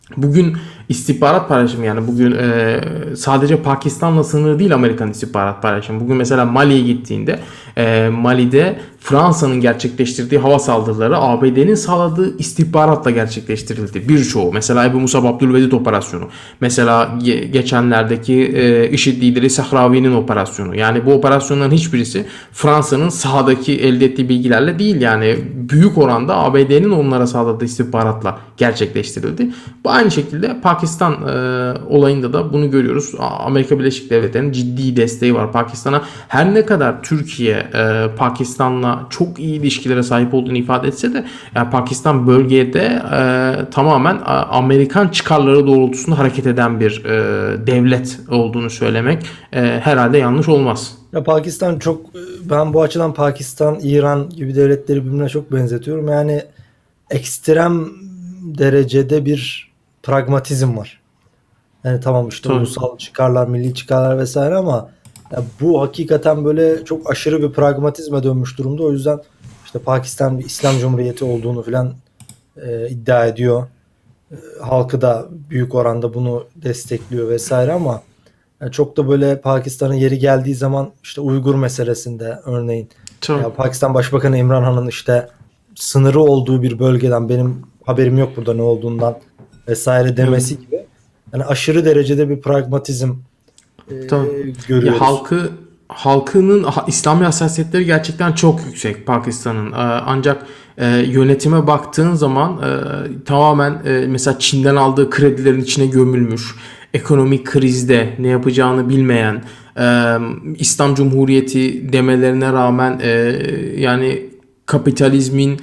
Bugün istihbarat paylaşımı, yani bugün sadece Pakistan'la sınırlı değil Amerikan istihbarat paylaşımı. Bugün mesela Mali'ye gittiğinde Mali'de Fransa'nın gerçekleştirdiği hava saldırıları ABD'nin sağladığı istihbaratla gerçekleştirildi. Birçoğu. Mesela Ebu Musab Abdülvedid operasyonu. Mesela geçenlerdeki IŞİD lideri Sahravi'nin operasyonu. Yani bu operasyonların hiçbirisi Fransa'nın sahadaki elde ettiği bilgilerle değil. Yani büyük oranda ABD'nin onlara sağladığı istihbaratla gerçekleştirildi. Bu aynı şekilde Pakistan olayında da bunu görüyoruz. Amerika Birleşik Devletleri'nin ciddi desteği var Pakistan'a. Her ne kadar Türkiye Pakistan'la çok iyi ilişkilere sahip olduğunu ifade etse de yani Pakistan bölgede tamamen Amerikan çıkarları doğrultusunda hareket eden bir devlet olduğunu söylemek herhalde yanlış olmaz. Ya Pakistan çok, ben bu açıdan Pakistan, İran gibi devletleri birbirine çok benzetiyorum. Yani ekstrem derecede bir pragmatizm var. Yani tamam işte Tabii. ulusal çıkarlar, milli çıkarlar vesaire ama ya bu hakikaten böyle çok aşırı bir pragmatizme dönmüş durumda. O yüzden işte Pakistan bir İslam Cumhuriyeti olduğunu filan iddia ediyor. Halkı da büyük oranda bunu destekliyor vesaire ama yani çok da böyle Pakistan'ın yeri geldiği zaman işte Uygur meselesinde örneğin Tabii. ya Pakistan Başbakanı İmran Han'ın işte sınırı olduğu bir bölgeden benim haberim yok burada ne olduğundan vesaire demesi gibi yani aşırı derecede bir pragmatizm Tabii. Ya görüyoruz. halkının İslami hassasiyetleri gerçekten çok yüksek Pakistan'ın. Ancak yönetime baktığın zaman tamamen mesela Çin'den aldığı kredilerin içine gömülmüş, ekonomik krizde ne yapacağını bilmeyen, İslam Cumhuriyeti demelerine rağmen yani kapitalizmin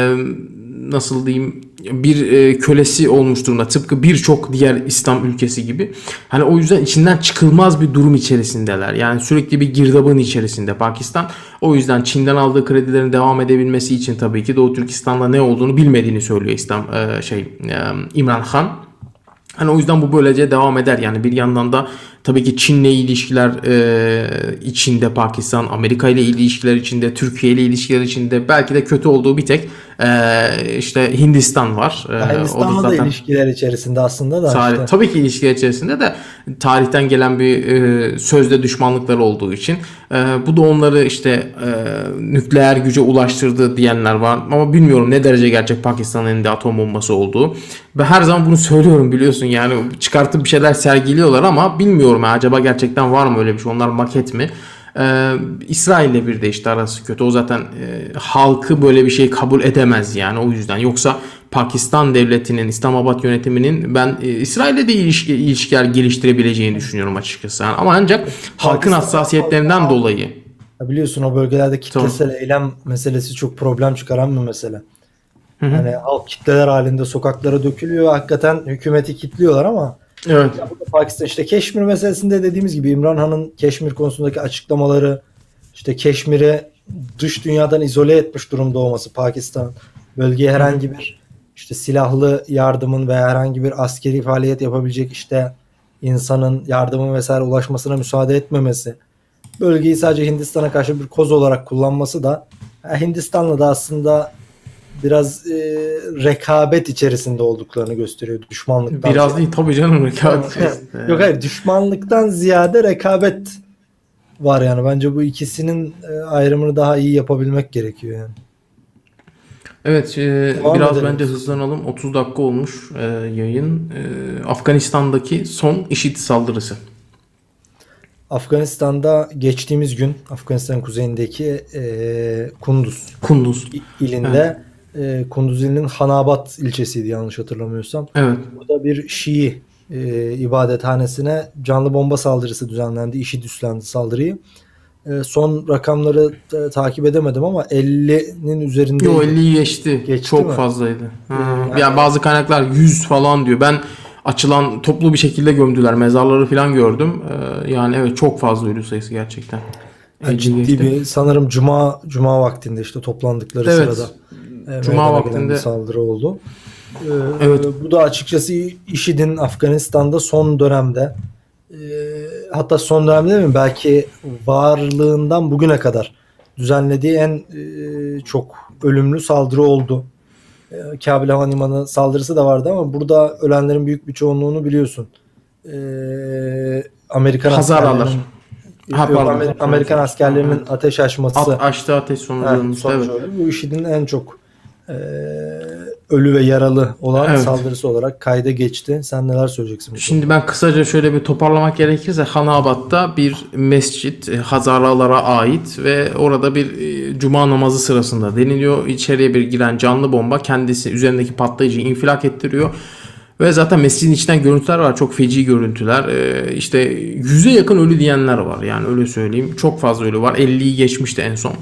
nasıl diyeyim bir kölesi olmuş durumda. Tıpkı birçok diğer İslam ülkesi gibi. Hani o yüzden içinden çıkılmaz bir durum içerisindeler. Yani sürekli bir girdabın içerisinde Pakistan. O yüzden Çin'den aldığı kredilerin devam edebilmesi için tabii ki Doğu Türkistan'da ne olduğunu bilmediğini söylüyor İmran Han. Hani o yüzden bu böylece devam eder. Yani bir yandan da tabii ki Çin'le ilişkiler içinde Pakistan, Amerika ile ilişkiler içinde, Türkiye ile ilişkiler içinde belki de kötü olduğu bir tek işte Hindistan var. O da Hindistan'la da zaten ilişkiler içerisinde aslında da işte. tabii ki ilişkiler içerisinde de tarihten gelen bir sözde düşmanlıkları olduğu için bu da onları işte nükleer güce ulaştırdı diyenler var. Ama bilmiyorum ne derece gerçek Pakistan'ın elinde atom bombası olduğu. Ve her zaman bunu söylüyorum biliyorsun yani çıkartıp bir şeyler sergiliyorlar ama bilmiyorum acaba gerçekten var mı öyle bir şey? Onlar maket mi? İsrail'le bir de işte arası kötü. O zaten halkı böyle bir şey kabul edemez yani o yüzden. Yoksa Pakistan devletinin, İslamabad yönetiminin ben İsrail'le de ilişkiler geliştirebileceğini düşünüyorum açıkçası. Yani ama ancak halkın hassasiyetlerinden dolayı. Ya biliyorsun o bölgelerde Tamam. kitlesel eylem meselesi çok problem çıkaran bir mesele. Yani halk kitleler halinde sokaklara dökülüyor. Hakikaten hükümeti kilitliyorlar ama Evet. ya burada Pakistan işte Keşmir meselesinde dediğimiz gibi İmran Han'ın Keşmir konusundaki açıklamaları işte Keşmir'i dış dünyadan izole etmiş durumda olması Pakistan bölgeye herhangi bir işte silahlı yardımın veya herhangi bir askeri faaliyet yapabilecek işte insanın yardımın vesaire ulaşmasına müsaade etmemesi bölgeyi sadece Hindistan'a karşı bir koz olarak kullanması da Hindistan'la da aslında biraz rekabet içerisinde olduklarını gösteriyor düşmanlıktan Biraz ziyade. değil tabii canım rekabet içerisinde. Yok hayır düşmanlıktan ziyade rekabet var yani bence bu ikisinin ayrımını daha iyi yapabilmek gerekiyor yani. Evet, Devam biraz edelim. bence hızlanalım. 30 dakika olmuş yayın. Afganistan'daki son IŞİD saldırısı. Afganistan'da geçtiğimiz gün Afganistan kuzeyindeki Kunduz Kunduz. ilinde Kunduz ilinin Hanabat ilçesiydi yanlış hatırlamıyorsam. Evet. Burada bir Şii ibadethanesine canlı bomba saldırısı düzenlendi. IŞİD üstlendi saldırıyı. Son rakamları takip edemedim ama 50'nin üzerinde. Yo 50'yi geçti. Geçti Çok mi? fazlaydı. Yani- Yani bazı kaynaklar 100 falan diyor. Ben açılan toplu bir şekilde gömdüler. Mezarları falan gördüm. Yani evet çok fazla ölü sayısı gerçekten. Yani 50 ciddi geçti. bir sanırım cuma vaktinde işte toplandıkları Evet. sırada Cuma meydana gelen vaktinde. bir saldırı oldu. Evet. Bu da açıkçası IŞİD'in Afganistan'da son dönemde hatta son dönemde değil mi? Belki varlığından bugüne kadar düzenlediği en çok ölümlü saldırı oldu. Kabil Havalimanı saldırısı da vardı ama burada ölenlerin büyük bir çoğunluğunu biliyorsun. Amerikan Hazaralar. askerlerinin Ha, pardon. Amerikan askerlerinin ateş açması Açtı ateş sonucu. Evet. oldu. Bu IŞİD'in en çok ölü ve yaralı olan Evet. saldırısı olarak kayda geçti. Sen neler söyleyeceksin? Şimdi ben kısaca şöyle bir toparlamak gerekirse Hanabat'ta bir mescit Hazaralara ait ve orada bir cuma namazı sırasında deniliyor. İçeriye bir giren canlı bomba kendisi üzerindeki patlayıcıyı infilak ettiriyor. Ve zaten mescidin içinden görüntüler var. Çok feci görüntüler. İşte 100'e yakın ölü diyenler var. Yani öyle söyleyeyim. Çok fazla ölü var. 50'yi geçmişti en son.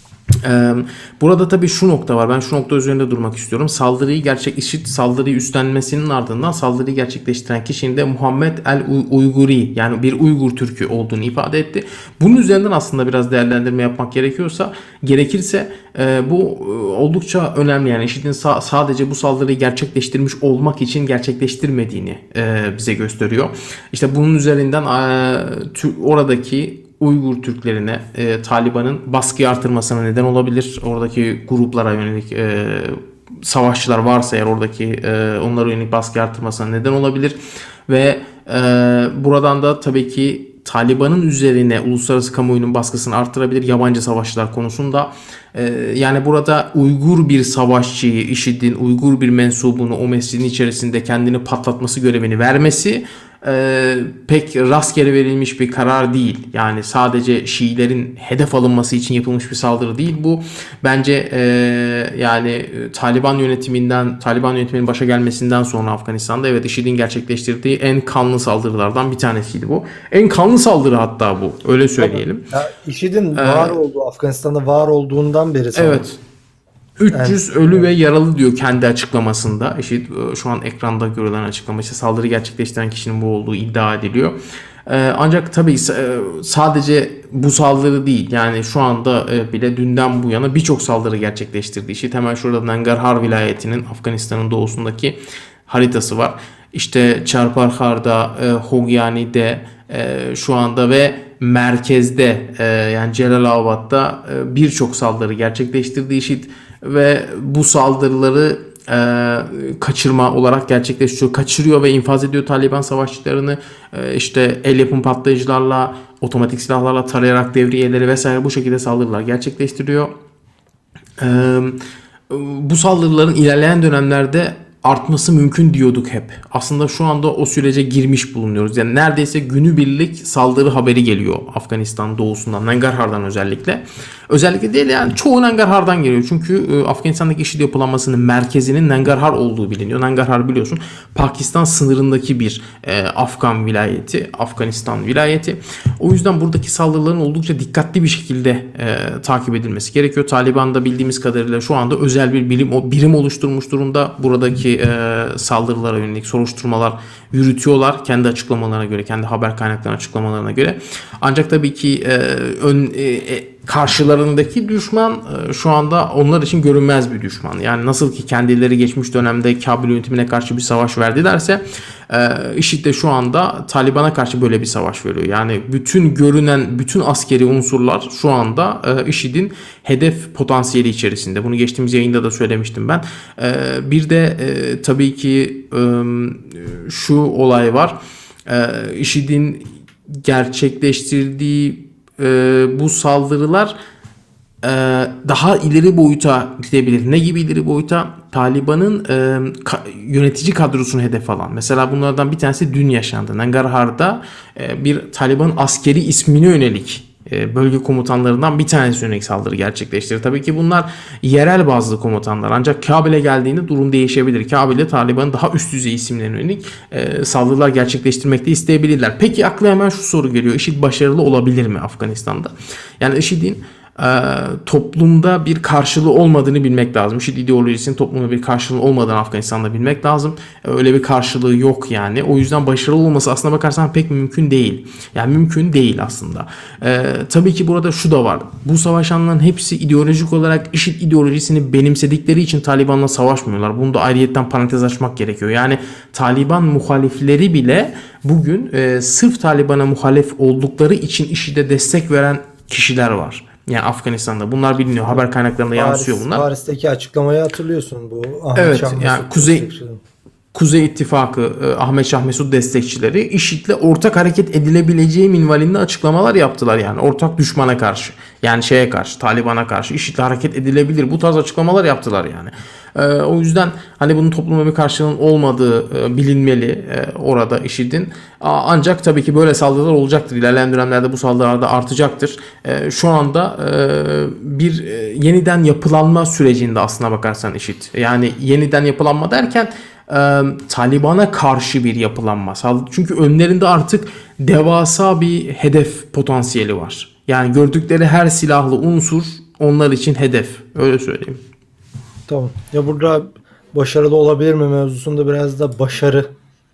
Burada tabii şu nokta var. Ben şu nokta üzerinde durmak istiyorum. IŞİD saldırıyı üstlenmesinin ardından saldırıyı gerçekleştiren kişinin de Muhammed el-Uyguri, yani bir Uygur Türk'ü olduğunu ifade etti. Bunun üzerinden aslında biraz değerlendirme yapmak gerekirse bu oldukça önemli. Yani IŞİD'in sadece bu saldırıyı gerçekleştirmiş olmak için gerçekleştirmediğini bize gösteriyor. İşte bunun üzerinden oradaki Uygur Türklerine Taliban'ın baskı artırmasına neden olabilir. Oradaki gruplara yönelik savaşçılar varsa eğer oradaki onlara yönelik baskı artırmasına neden olabilir. Ve buradan da tabii ki Taliban'ın üzerine uluslararası kamuoyunun baskısını artırabilir yabancı savaşçılar konusunda. Yani burada Uygur bir savaşçıyı, IŞİD'in Uygur bir mensubunu o mescidin içerisinde kendini patlatması görevini vermesi pek rastgele verilmiş bir karar değil. Yani sadece Şiilerin hedef alınması için yapılmış bir saldırı değil bu. Bence yani Taliban yönetiminin başa gelmesinden sonra Afganistan'da evet IŞİD'in gerçekleştirdiği en kanlı saldırılardan bir tanesiydi bu. En kanlı saldırı hatta bu. Öyle söyleyelim. Ya, IŞİD'in var olduğu, Afganistan'da var olduğundan beri evet. 300 ölü ve yaralı diyor kendi açıklamasında. IŞİD şu an ekranda görülen açıklama. İşte saldırı gerçekleştiren kişinin bu olduğu iddia ediliyor. Ancak tabii sadece bu saldırı değil. Yani şu anda bile dünden bu yana birçok saldırı gerçekleştirdi IŞİD. Hemen şurada Nangarhar vilayetinin Afganistan'ın doğusundaki haritası var. İşte Çarparhar'da, Hogyani'de şu anda ve merkezde yani Celalabad'da birçok saldırı gerçekleştirdi IŞİD. Ve bu saldırıları kaçırma olarak gerçekleştiriyor. Kaçırıyor ve infaz ediyor Taliban savaşçılarını. İşte el yapım patlayıcılarla, otomatik silahlarla tarayarak devriyeleri vesaire bu şekilde saldırılar gerçekleştiriyor. Bu saldırıların ilerleyen dönemlerde artması mümkün diyorduk hep. Aslında şu anda o sürece girmiş bulunuyoruz. Yani neredeyse günübirlik saldırı haberi geliyor Afganistan doğusundan, Nangarhar'dan özellikle. Özellikle değil yani çoğu Nangarhar'dan geliyor. Çünkü Afganistan'daki IŞİD yapılanmasının merkezinin Nangarhar olduğu biliniyor. Nangarhar biliyorsun Pakistan sınırındaki bir Afganistan vilayeti. O yüzden buradaki saldırıların oldukça dikkatli bir şekilde takip edilmesi gerekiyor. Taliban'da bildiğimiz kadarıyla şu anda özel bir birim oluşturmuş durumda. Buradaki saldırılara yönelik soruşturmalar yürütüyorlar. Kendi açıklamalarına göre, kendi haber kaynaklarının açıklamalarına göre. Ancak tabii ki karşılarındaki düşman şu anda onlar için görünmez bir düşman. Yani nasıl ki kendileri geçmiş dönemde Kabil yönetimine karşı bir savaş verdilerse IŞİD de şu anda Taliban'a karşı böyle bir savaş veriyor. Yani bütün askeri unsurlar şu anda IŞİD'in hedef potansiyeli içerisinde. Bunu geçtiğimiz yayında da söylemiştim ben. Bir de tabii ki şu olay var. IŞİD'in gerçekleştirdiği bu saldırılar daha ileri boyuta gidebilir. Ne gibi ileri boyuta? Taliban'ın yönetici kadrosunu hedef alan. Mesela bunlardan bir tanesi dün yaşandı. Nangarhar'da bir Taliban askeri ismine yönelik bölge komutanlarından bir tanesi yönelik saldırı gerçekleştirir. Tabii ki bunlar yerel bazlı komutanlar. Ancak Kabil'e geldiğinde durum değişebilir. Kabil'de Taliban'ın daha üst düzey isimlerine yönelik saldırılar gerçekleştirmek de isteyebilirler. Peki akla hemen şu soru geliyor. IŞİD başarılı olabilir mi Afganistan'da? Yani IŞİD'in toplumda bir karşılığı olmadığını bilmek lazım. IŞİD ideolojisinin toplumda bir karşılığı olmadığını Afganistan'da bilmek lazım. Öyle bir karşılığı yok yani. O yüzden başarılı olması aslına bakarsan pek mümkün değil. Yani mümkün değil aslında. Tabii ki burada şu da var. Bu savaşanların hepsi ideolojik olarak IŞİD ideolojisini benimsedikleri için Taliban'la savaşmıyorlar. Bunu da ayrıyetten parantez açmak gerekiyor. Yani Taliban muhalifleri bile bugün sırf Taliban'a muhalif oldukları için IŞİD'e destek veren kişiler var. Yani Afganistan'da. Bunlar biliniyor. Haber kaynaklarında yansıyor bunlar. Paris'teki açıklamayı hatırlıyorsun, bu Ahmet Evet, Şah yani Mesut destekçilerin. Kuzey İttifakı, Ahmet Şah Mesut destekçileri IŞİD'le ortak hareket edilebileceği minvalinde açıklamalar yaptılar yani. Ortak düşmana karşı, yani şeye karşı, Taliban'a karşı IŞİD'le hareket edilebilir. Bu tarz açıklamalar yaptılar yani. O yüzden hani bunun topluma bir karşılığının olmadığı bilinmeli orada IŞİD'in. Ancak tabii ki böyle saldırılar olacaktır. İlerleyen dönemlerde bu saldırılar da artacaktır. Şu anda bir yeniden yapılanma sürecinde aslına bakarsan IŞİD. Yani yeniden yapılanma derken Taliban'a karşı bir yapılanma. Çünkü önlerinde artık devasa bir hedef potansiyeli var. Yani gördükleri her silahlı unsur onlar için hedef. Öyle söyleyeyim. Tamam. Ya burada başarılı olabilir mi mevzusunda biraz da başarı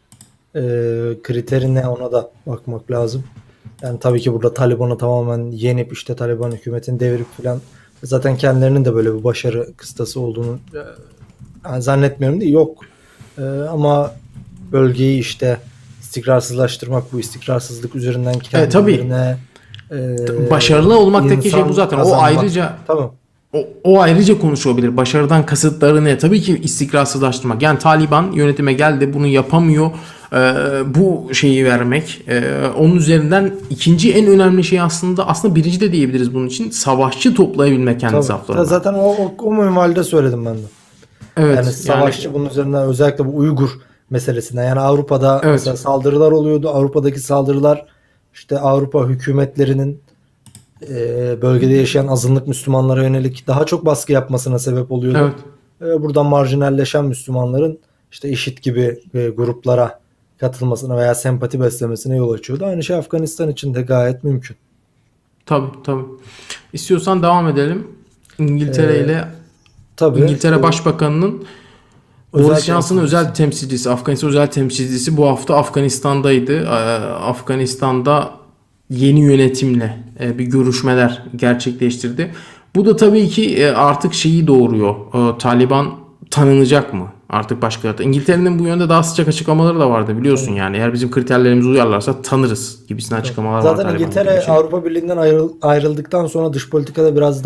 kriteri ne, ona da bakmak lazım. Yani tabii ki burada Taliban'ı tamamen yenip işte Taliban hükümetini devirip falan, zaten kendilerinin de böyle bir başarı kıstası olduğunu yani zannetmiyorum değil, yok. Ama bölgeyi işte istikrarsızlaştırmak, bu istikrarsızlık üzerinden kendilerine başarılı olmaktaki şey bu zaten. kazanmak. O ayrıca tamam. O ayrıca konuşulabilir. Başarıdan kasıtları ne? Tabii ki istikrarsızlaştırmak. Yani Taliban yönetime geldi, bunu yapamıyor. Bu şeyi vermek. Onun üzerinden ikinci en önemli şey aslında birinci de diyebiliriz bunun için. Savaşçı toplayabilmek kendi saflarında. Zaten o minvalde söyledim ben de. Evet. Yani savaşçı bunun üzerinden, özellikle bu Uygur meselesinden. Yani Avrupa'da Evet. mesela saldırılar oluyordu. Avrupa'daki saldırılar işte Avrupa hükümetlerinin bölgede yaşayan azınlık Müslümanlara yönelik daha çok baskı yapmasına sebep oluyordu. Evet. Buradan marjinalleşen Müslümanların işte IŞİD gibi gruplara katılmasına veya sempati beslemesine yol açıyordu. Aynı şey Afganistan için de gayet mümkün. Tabii. İstiyorsan devam edelim. İngiltere ile Tabii. İngiltere Başbakanı'nın Boris Johnson'ın özel temsilcisi, Afganistan özel temsilcisi bu hafta Afganistan'daydı. Afganistan'da yeni yönetimle bir görüşmeler gerçekleştirdi. Bu da tabii ki artık şeyi doğuruyor. Taliban tanınacak mı? Artık başkaları. İngiltere'nin bu yönde daha sıcak açıklamaları da vardı biliyorsun yani. Eğer bizim kriterlerimize uyarlarsa tanırız gibisinden açıklamalar var. Zaten İngiltere Avrupa Birliği'nden ayrıldıktan sonra dış politikada biraz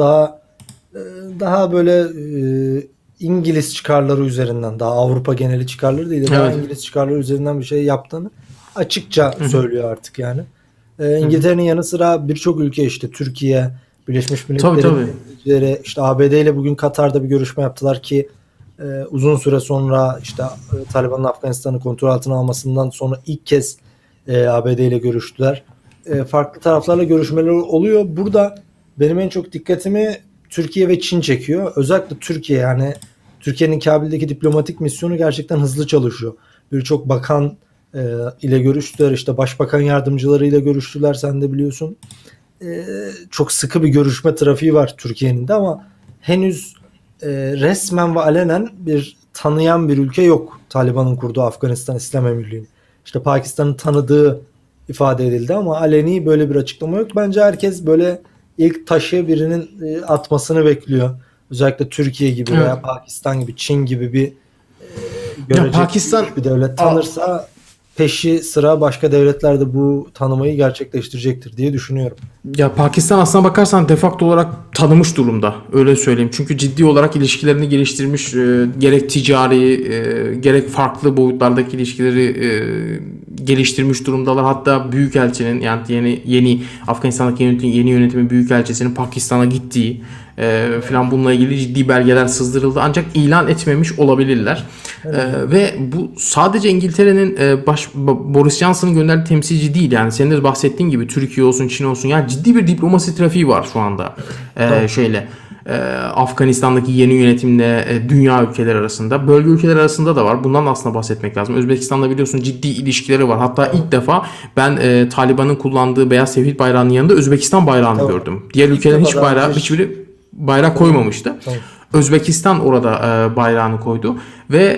daha böyle İngiliz çıkarları üzerinden, daha Avrupa geneli çıkarları değil de daha İngiliz çıkarları üzerinden bir şey yaptığını açıkça söylüyor artık yani. İngiltere'nin yanı sıra birçok ülke, işte Türkiye, Birleşmiş Milletler'in işte ABD ile bugün Katar'da bir görüşme yaptılar ki uzun süre sonra işte Taliban'ın Afganistan'ı kontrol altına almasından sonra ilk kez ABD ile görüştüler. Farklı taraflarla görüşmeler oluyor. Burada benim en çok dikkatimi Türkiye ve Çin çekiyor. Özellikle Türkiye, yani Türkiye'nin Kabil'deki diplomatik misyonu gerçekten hızlı çalışıyor. Birçok bakan ile görüştüler. İşte başbakan yardımcılarıyla görüştüler, sen de biliyorsun. Çok sıkı bir görüşme trafiği var Türkiye'nin de ama henüz resmen ve alenen bir tanıyan bir ülke yok Taliban'ın kurduğu Afganistan İslam Emirliği'ni. İşte Pakistan'ın tanıdığı ifade edildi ama aleni böyle bir açıklama yok. Bence herkes böyle ilk taşı birinin atmasını bekliyor. Özellikle Türkiye gibi veya Pakistan gibi, Çin gibi bir görecek bir devlet tanırsa peşi sıra başka devletler de bu tanımayı gerçekleştirecektir diye düşünüyorum. Ya Pakistan aslına bakarsan de facto olarak tanımış durumda. Öyle söyleyeyim. Çünkü ciddi olarak ilişkilerini geliştirmiş. Gerek ticari gerek farklı boyutlardaki ilişkileri geliştirmiş durumdalar. Hatta Büyükelçinin, yani yeni Afganistan'daki yeni yönetimin Büyükelçisinin Pakistan'a gittiği falan, bununla ilgili ciddi belgeler sızdırıldı. Ancak ilan etmemiş olabilirler. Ve bu sadece İngiltere'nin Boris Johnson'ın gönderdiği temsilci değil. Yani senin de bahsettiğin gibi Türkiye olsun, Çin olsun. Yani ciddi bir diplomasi trafiği var şu anda. Afganistan'daki yeni yönetimle dünya ülkeleri arasında, bölge ülkeleri arasında da var. Bundan da aslında bahsetmek lazım. Özbekistan'da biliyorsun ciddi ilişkileri var. Hatta ilk defa ben Taliban'ın kullandığı beyaz tevhid bayrağının yanında Özbekistan bayrağını gördüm. Diğer ülkelerin hiçbiri bayrak koymamıştı. Özbekistan orada bayrağını koydu ve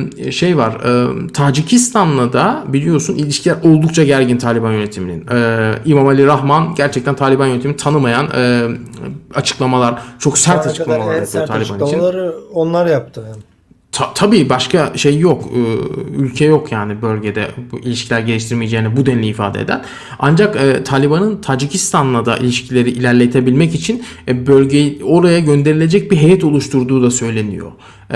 Tacikistan'la da biliyorsun ilişkiler oldukça gergin Taliban yönetiminin. İmam Rahman gerçekten Taliban yönetimini tanımayan açıklamalar, çok sert açıklamalar yapıyor Taliban için. Onlar yaptı yani. Tabii başka şey yok. Ülke yok yani bölgede bu ilişkiler geliştirmeyeceğini bu denli ifade eden. Ancak Taliban'ın Tacikistan'la da ilişkileri ilerletebilmek için bölgeyi oraya gönderilecek bir heyet oluşturduğu da söyleniyor.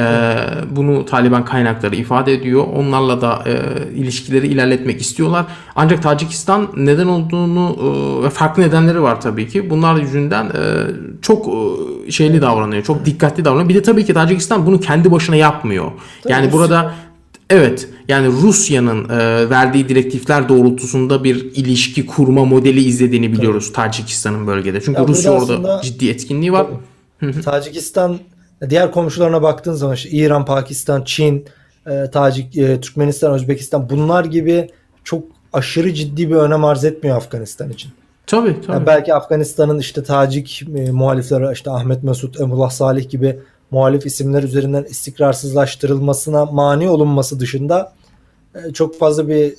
Bunu Taliban kaynakları ifade ediyor. Onlarla da ilişkileri ilerletmek istiyorlar. Ancak Tacikistan neden olduğunu ve farklı nedenleri var tabii ki. Bunlar yüzünden çok şeyli davranıyor. Çok dikkatli davranıyor. Bir de tabii ki Tacikistan bunu kendi başına yapmıyor. Yani burada evet, yani Rusya'nın verdiği direktifler doğrultusunda bir ilişki kurma modeli izlediğini biliyoruz Tacikistan'ın bölgede. Çünkü Ya Rusya burada orada aslında ciddi etkinliği var. Tacikistan diğer komşularına baktığın zaman işte İran, Pakistan, Çin, Türkmenistan, Özbekistan bunlar gibi çok aşırı ciddi bir önem arz etmiyor Afganistan için. Tabii. Yani belki Afganistan'ın işte Tacik muhalifleri işte Ahmet Mesut, Emrullah Salih gibi muhalif isimler üzerinden istikrarsızlaştırılmasına mani olunması dışında çok fazla bir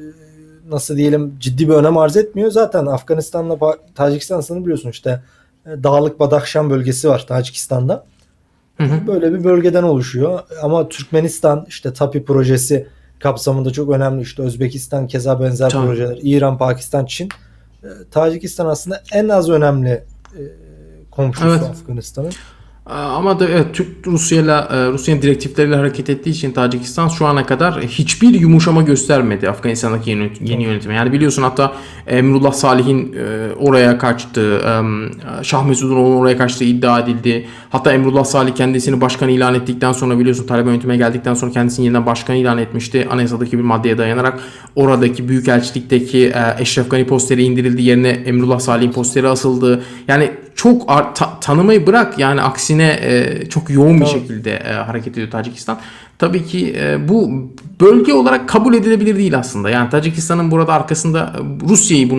nasıl diyelim ciddi bir önem arz etmiyor. Zaten Afganistan'la Tacikistan sınırı biliyorsun işte Dağlık Badakşan bölgesi var Tacikistan'da. Böyle bir bölgeden oluşuyor. Ama Türkmenistan işte TAPI projesi kapsamında çok önemli. İşte Özbekistan keza benzer projeler. İran, Pakistan, Çin. Tacikistan aslında en az önemli komşusu Afganistan'ın. Ama da evet, Rusya'nın direktifleriyle hareket ettiği için Tacikistan şu ana kadar hiçbir yumuşama göstermedi Afganistan'daki yeni yönetime. Yani biliyorsun hatta Emrullah Salih'in oraya kaçtığı, Şah Mesud'un oraya kaçtığı iddia edildi. Hatta Emrullah Salih kendisini başkan ilan ettikten sonra biliyorsun Taliban yönetime geldikten sonra kendisini yeniden başkan ilan etmişti. Anayasadaki bir maddeye dayanarak oradaki büyükelçilikteki Eşref Gani posteri indirildi. Yerine Emrullah Salih'in posteri asıldı. Yani çok tanımayı bırak yani aksine çok yoğun bir şekilde hareket ediyor Tacikistan. Tabii ki bu bölge olarak kabul edilebilir değil aslında. Yani Tacikistan'ın burada arkasında Rusya'yı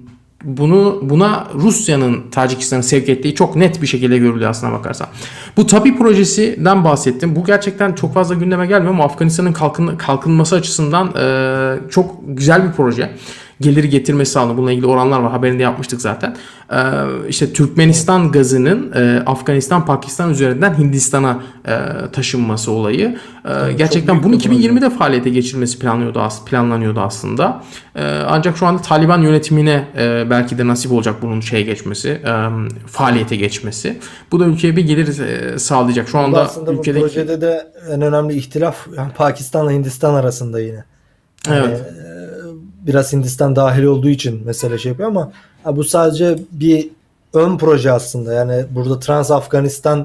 buna Rusya'nın Tacikistan'ı sevk ettiği çok net bir şekilde görülüyor aslına bakarsan. Bu TAPI projesinden bahsettim. Bu gerçekten çok fazla gündeme gelmiyor ama Afganistan'ın kalkınması açısından çok güzel bir proje. Geliri getirmesi sağlanıyor. Bununla ilgili oranlar var. Haberini de yapmıştık zaten. İşte Türkmenistan gazının Afganistan, Pakistan üzerinden Hindistan'a taşınması olayı. Gerçekten bunun 2020'de faaliyete geçirilmesi planlanıyordu aslında. Ancak şu anda Taliban yönetimine belki de nasip olacak bunun faaliyete geçmesi. Bu da ülkeye bir gelir sağlayacak. Şu anda aslında bu projede de en önemli ihtilaf yani Pakistan'la Hindistan arasında yine. Yani, evet. Biraz Hindistan dahil olduğu için mesele şey yapıyor ama bu sadece bir ön proje aslında. Yani burada Trans-Afganistan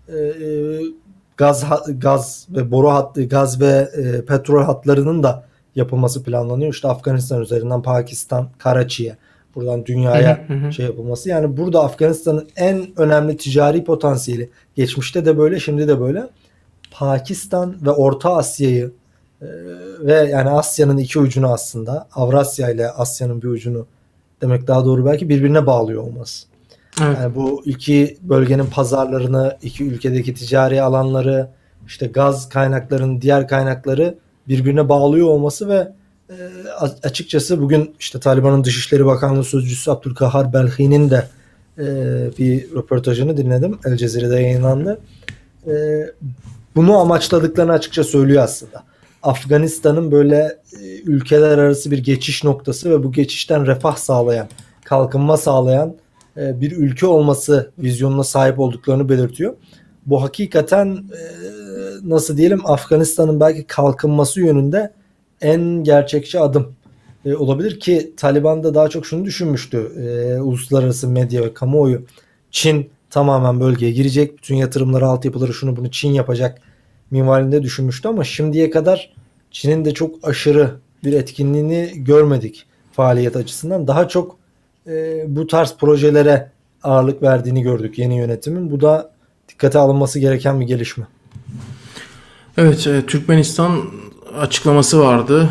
gaz ve boru hattı, gaz ve petrol hatlarının da yapılması planlanıyor. İşte Afganistan üzerinden Pakistan, Karachi'ye, buradan dünyaya şey yapılması. Yani burada Afganistan'ın en önemli ticari potansiyeli geçmişte de böyle, şimdi de böyle. Pakistan ve Orta Asya'yı ve yani Asya'nın iki ucunu aslında Avrasya ile Asya'nın bir ucunu demek daha doğru belki birbirine bağlıyor olması. Evet. Yani bu iki bölgenin pazarlarını, iki ülkedeki ticari alanları, işte gaz kaynaklarının diğer kaynakları birbirine bağlıyor olması ve açıkçası bugün işte Taliban'ın Dışişleri Bakanlığı Sözcüsü Abdülkahar Belhi'nin de bir röportajını dinledim. El Cezire'de yayınlandı. Bunu amaçladıklarını açıkça söylüyor aslında. Afganistan'ın böyle ülkeler arası bir geçiş noktası ve bu geçişten refah sağlayan, kalkınma sağlayan bir ülke olması vizyonuna sahip olduklarını belirtiyor. Bu hakikaten nasıl diyelim Afganistan'ın belki kalkınması yönünde en gerçekçi adım olabilir ki Taliban da daha çok şunu düşünmüştü. Uluslararası medya ve kamuoyu Çin tamamen bölgeye girecek. Bütün yatırımları, altyapıları şunu bunu Çin yapacak minvalinde düşünmüştü ama şimdiye kadar Çin'in de çok aşırı bir etkinliğini görmedik faaliyet açısından. Daha çok bu tarz projelere ağırlık verdiğini gördük yeni yönetimin. Bu da dikkate alınması gereken bir gelişme. Evet, Türkmenistan açıklaması vardı.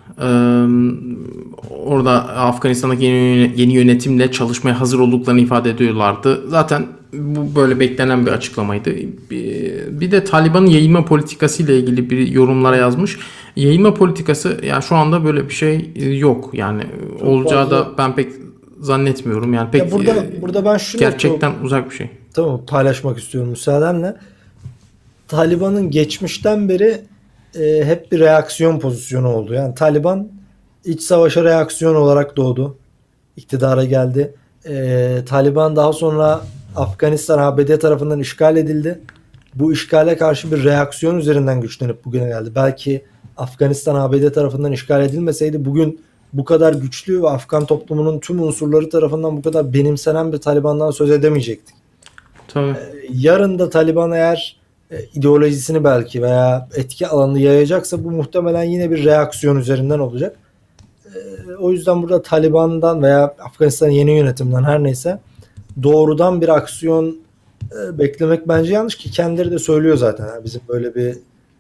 Orada Afganistan'daki yeni yönetimle çalışmaya hazır olduklarını ifade ediyorlardı. Zaten bu böyle beklenen bir açıklamaydı. Bir de Taliban'ın yayılma politikası ile ilgili bir yorumlara yazmış. Yayılma politikası yani şu anda böyle bir şey yok. Yani çok olacağı fazla da ben pek zannetmiyorum. Yani pek burada ben şunu gerçekten uzak bir şey. Tamam, paylaşmak istiyorum müsaadenle. Taliban'ın geçmişten beri hep bir reaksiyon pozisyonu oldu. Yani Taliban iç savaşa reaksiyon olarak doğdu. İktidara geldi. Taliban daha sonra Afganistan ABD tarafından işgal edildi. Bu işgale karşı bir reaksiyon üzerinden güçlenip bugüne geldi. Belki Afganistan ABD tarafından işgal edilmeseydi bugün bu kadar güçlü ve Afgan toplumunun tüm unsurları tarafından bu kadar benimsenen bir Taliban'dan söz edemeyecektik. Tabii. Yarın da Taliban eğer ideolojisini belki veya etki alanını yayacaksa bu muhtemelen yine bir reaksiyon üzerinden olacak. O yüzden burada Taliban'dan veya Afganistan'ın yeni yönetimden her neyse doğrudan bir aksiyon beklemek bence yanlış ki kendileri de söylüyor zaten. Yani bizim böyle bir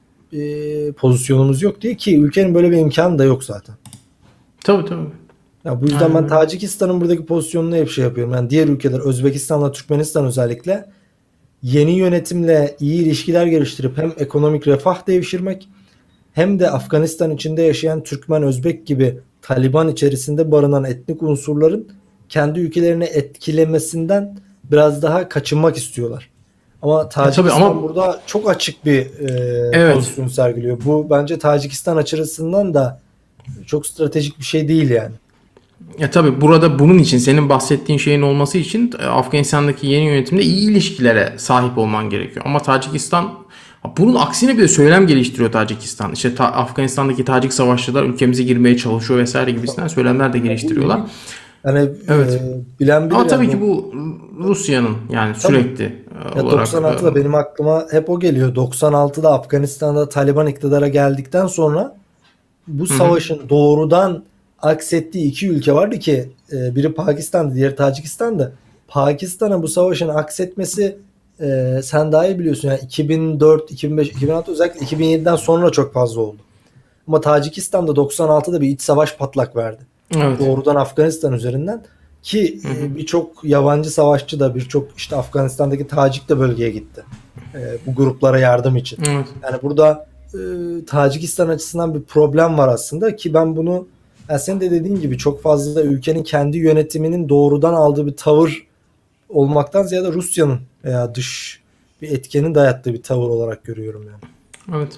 pozisyonumuz yok diye ki ülkenin böyle bir imkanı da yok zaten. Tabii tabii. Ya bu yüzden ben Tacikistan'ın buradaki pozisyonunu hep şey yapıyorum. Yani diğer ülkeler Özbekistan'la Türkmenistan özellikle yeni yönetimle iyi ilişkiler geliştirip hem ekonomik refah devşirmek hem de Afganistan içinde yaşayan Türkmen, Özbek gibi Taliban içerisinde barınan etnik unsurların kendi ülkelerini etkilemesinden biraz daha kaçınmak istiyorlar. Ama Tacikistan ama burada çok açık bir evet. pozisyon sergiliyor. Bu bence Tacikistan açısından da çok stratejik bir şey değil yani. Tabii burada bunun için senin bahsettiğin şeyin olması için Afganistan'daki yeni yönetimde iyi ilişkilere sahip olman gerekiyor. Ama Tacikistan bunun aksine bir de söylem geliştiriyor Tacikistan. İşte Afganistan'daki Tacik savaşçılar ülkemize girmeye çalışıyor vesaire gibisinden söylemler de geliştiriyorlar. Yani evet. bilen bilir. Ama tabii yani ki bu Rusya'nın yani tabii. sürekli Ya olarak. 96'da benim aklıma hep o geliyor. 96'da Afganistan'da Taliban iktidara geldikten sonra bu savaşın doğrudan aksettiği iki ülke vardı ki biri Pakistan'dı, diğeri Tacikistan'dı. Pakistan'a bu savaşın aksetmesi sen daha iyi biliyorsun. Yani 2004, 2005, 2006 özellikle 2007'den sonra çok fazla oldu. Ama Tacikistan'da 96'da bir iç savaş patlak verdi. Evet. Doğrudan Afganistan üzerinden ki birçok yabancı savaşçı da birçok işte Afganistan'daki Tacik de bölgeye gitti. Bu gruplara yardım için. Evet. Yani burada Tacikistan açısından bir problem var aslında ki ben bunu yani senin de dediğin gibi çok fazla da ülkenin kendi yönetiminin doğrudan aldığı bir tavır olmaktan ziyade Rusya'nın veya dış bir etkenin dayattığı bir tavır olarak görüyorum yani. Evet.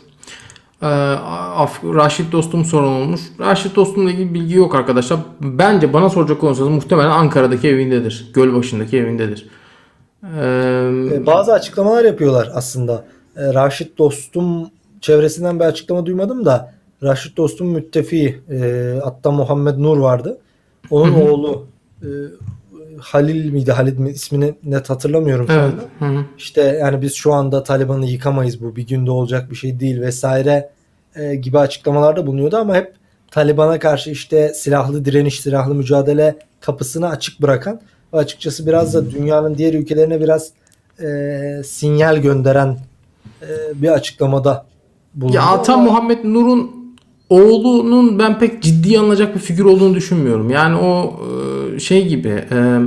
Raşit Dostum sorun olmuş. Raşit Dostum'la ilgili bilgi yok arkadaşlar. Bence bana soracak olursanız muhtemelen Ankara'daki evindedir. Gölbaşı'ndaki evindedir. Bazı açıklamalar yapıyorlar aslında. Raşit Dostum çevresinden bir açıklama duymadım da Raşit Dostum müttefiği hatta Muhammed Nur vardı. Onun oğlu Halil miydi? Halil mi? İsmini net hatırlamıyorum şu anda. İşte yani biz şu anda Taliban'ı yıkamayız, bu bir günde olacak bir şey değil vesaire gibi açıklamalarda bulunuyordu ama hep Taliban'a karşı işte silahlı direniş, silahlı mücadele kapısını açık bırakan ve açıkçası biraz da dünyanın diğer ülkelerine biraz sinyal gönderen bir açıklamada bulundu. Ya Ata Muhammed Nur'un oğlunun ben pek ciddiye alınacak bir figür olduğunu düşünmüyorum. Yani o şey gibi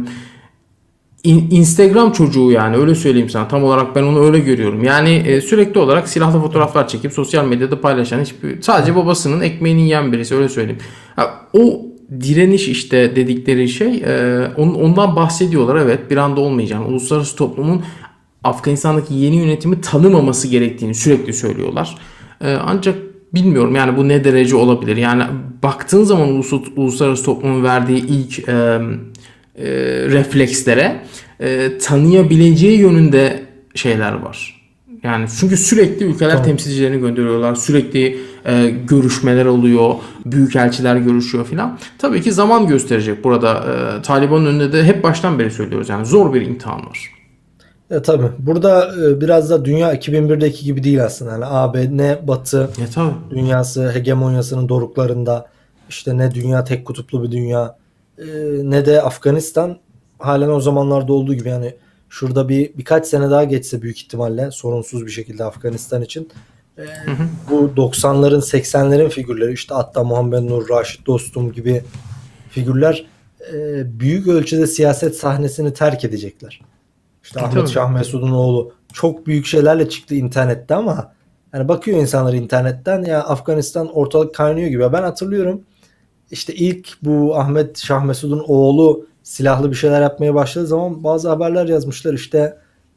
Instagram çocuğu yani öyle söyleyeyim sana. Tam olarak ben onu öyle görüyorum. Yani sürekli olarak silahlı fotoğraflar çekip sosyal medyada paylaşan sadece babasının ekmeğini yiyen birisi öyle söyleyeyim. O direniş işte dedikleri şey ondan bahsediyorlar. Evet bir anda olmayacağını, uluslararası toplumun Afganistan'daki yeni yönetimi tanımaması gerektiğini sürekli söylüyorlar. Ancak bilmiyorum yani bu ne derece olabilir. Yani baktığın zaman uluslararası toplumun verdiği ilk reflekslere tanıyabileceği yönünde şeyler var. Yani çünkü sürekli ülkeler temsilcilerini gönderiyorlar. Sürekli görüşmeler oluyor. Büyükelçiler görüşüyor filan. Tabii ki zaman gösterecek burada. Taliban'ın önünde de hep baştan beri söylüyoruz. Yani zor bir imtihan var. Tabii. Burada biraz da dünya 2001'deki gibi değil aslında. Yani AB ne Batı dünyası hegemonyasının doruklarında, işte ne dünya tek kutuplu bir dünya, ne de Afganistan halen o zamanlarda olduğu gibi. Yani şurada birkaç sene daha geçse büyük ihtimalle sorunsuz bir şekilde Afganistan için bu 90'ların 80'lerin figürleri işte hatta Muhammed Nur, Raşit Dostum gibi figürler büyük ölçüde siyaset sahnesini terk edecekler. İşte Ahmet Şah Mesud'un oğlu çok büyük şeylerle çıktı internette ama yani bakıyor insanlar internetten ya Afganistan ortalık kaynıyor gibi. Ben hatırlıyorum işte ilk bu Ahmet Şah Mesud'un oğlu silahlı bir şeyler yapmaya başladığı zaman bazı haberler yazmışlar işte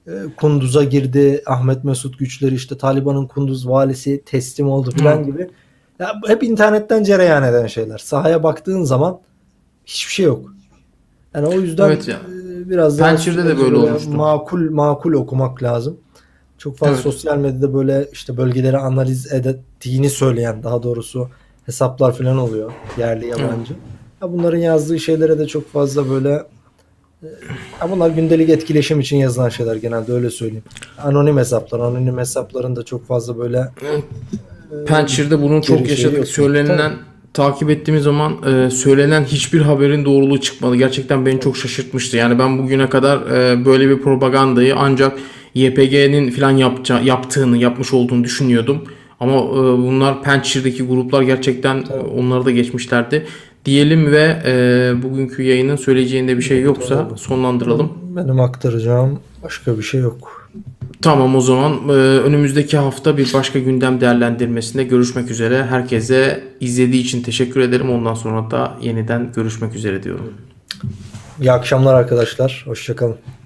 Kunduz'a girdi. Ahmet Mesut güçleri işte Taliban'ın Kunduz valisi teslim oldu falan gibi. Ya hep internetten cereyan eden şeyler. Sahaya baktığın zaman hiçbir şey yok. Yani o yüzden Evet ya. biraz daha Pençir'de de böyle olmuştu. makul okumak lazım. Çok fazla Evet. sosyal medyada böyle işte bölgeleri analiz ettiğini söyleyen, daha doğrusu hesaplar falan oluyor. Yerli yabancı. Ya bunların yazdığı şeylere de çok fazla böyle ya bunlar gündelik etkileşim için yazılan şeyler, genelde öyle söyleyeyim. Anonim hesaplar. Anonim hesapların da çok fazla böyle Pençir'de bunu çok geri şeyi yaşadık. yok. Söylenilen, takip ettiğimiz zaman söylenen hiçbir haberin doğruluğu çıkmadı. Gerçekten beni çok şaşırtmıştı. Yani ben bugüne kadar böyle bir propagandayı ancak YPG'nin falan yapmış olduğunu düşünüyordum. Ama bunlar Pençir'deki gruplar gerçekten onları da geçmişlerdi. Diyelim ve bugünkü yayının söyleyeceğinde bir şey yoksa sonlandıralım. Benim aktaracağım başka bir şey yok. Tamam, o zaman önümüzdeki hafta bir başka gündem değerlendirmesinde görüşmek üzere. Herkese izlediği için teşekkür ederim. Ondan sonra da yeniden görüşmek üzere diyorum. İyi akşamlar arkadaşlar. Hoşça kalın.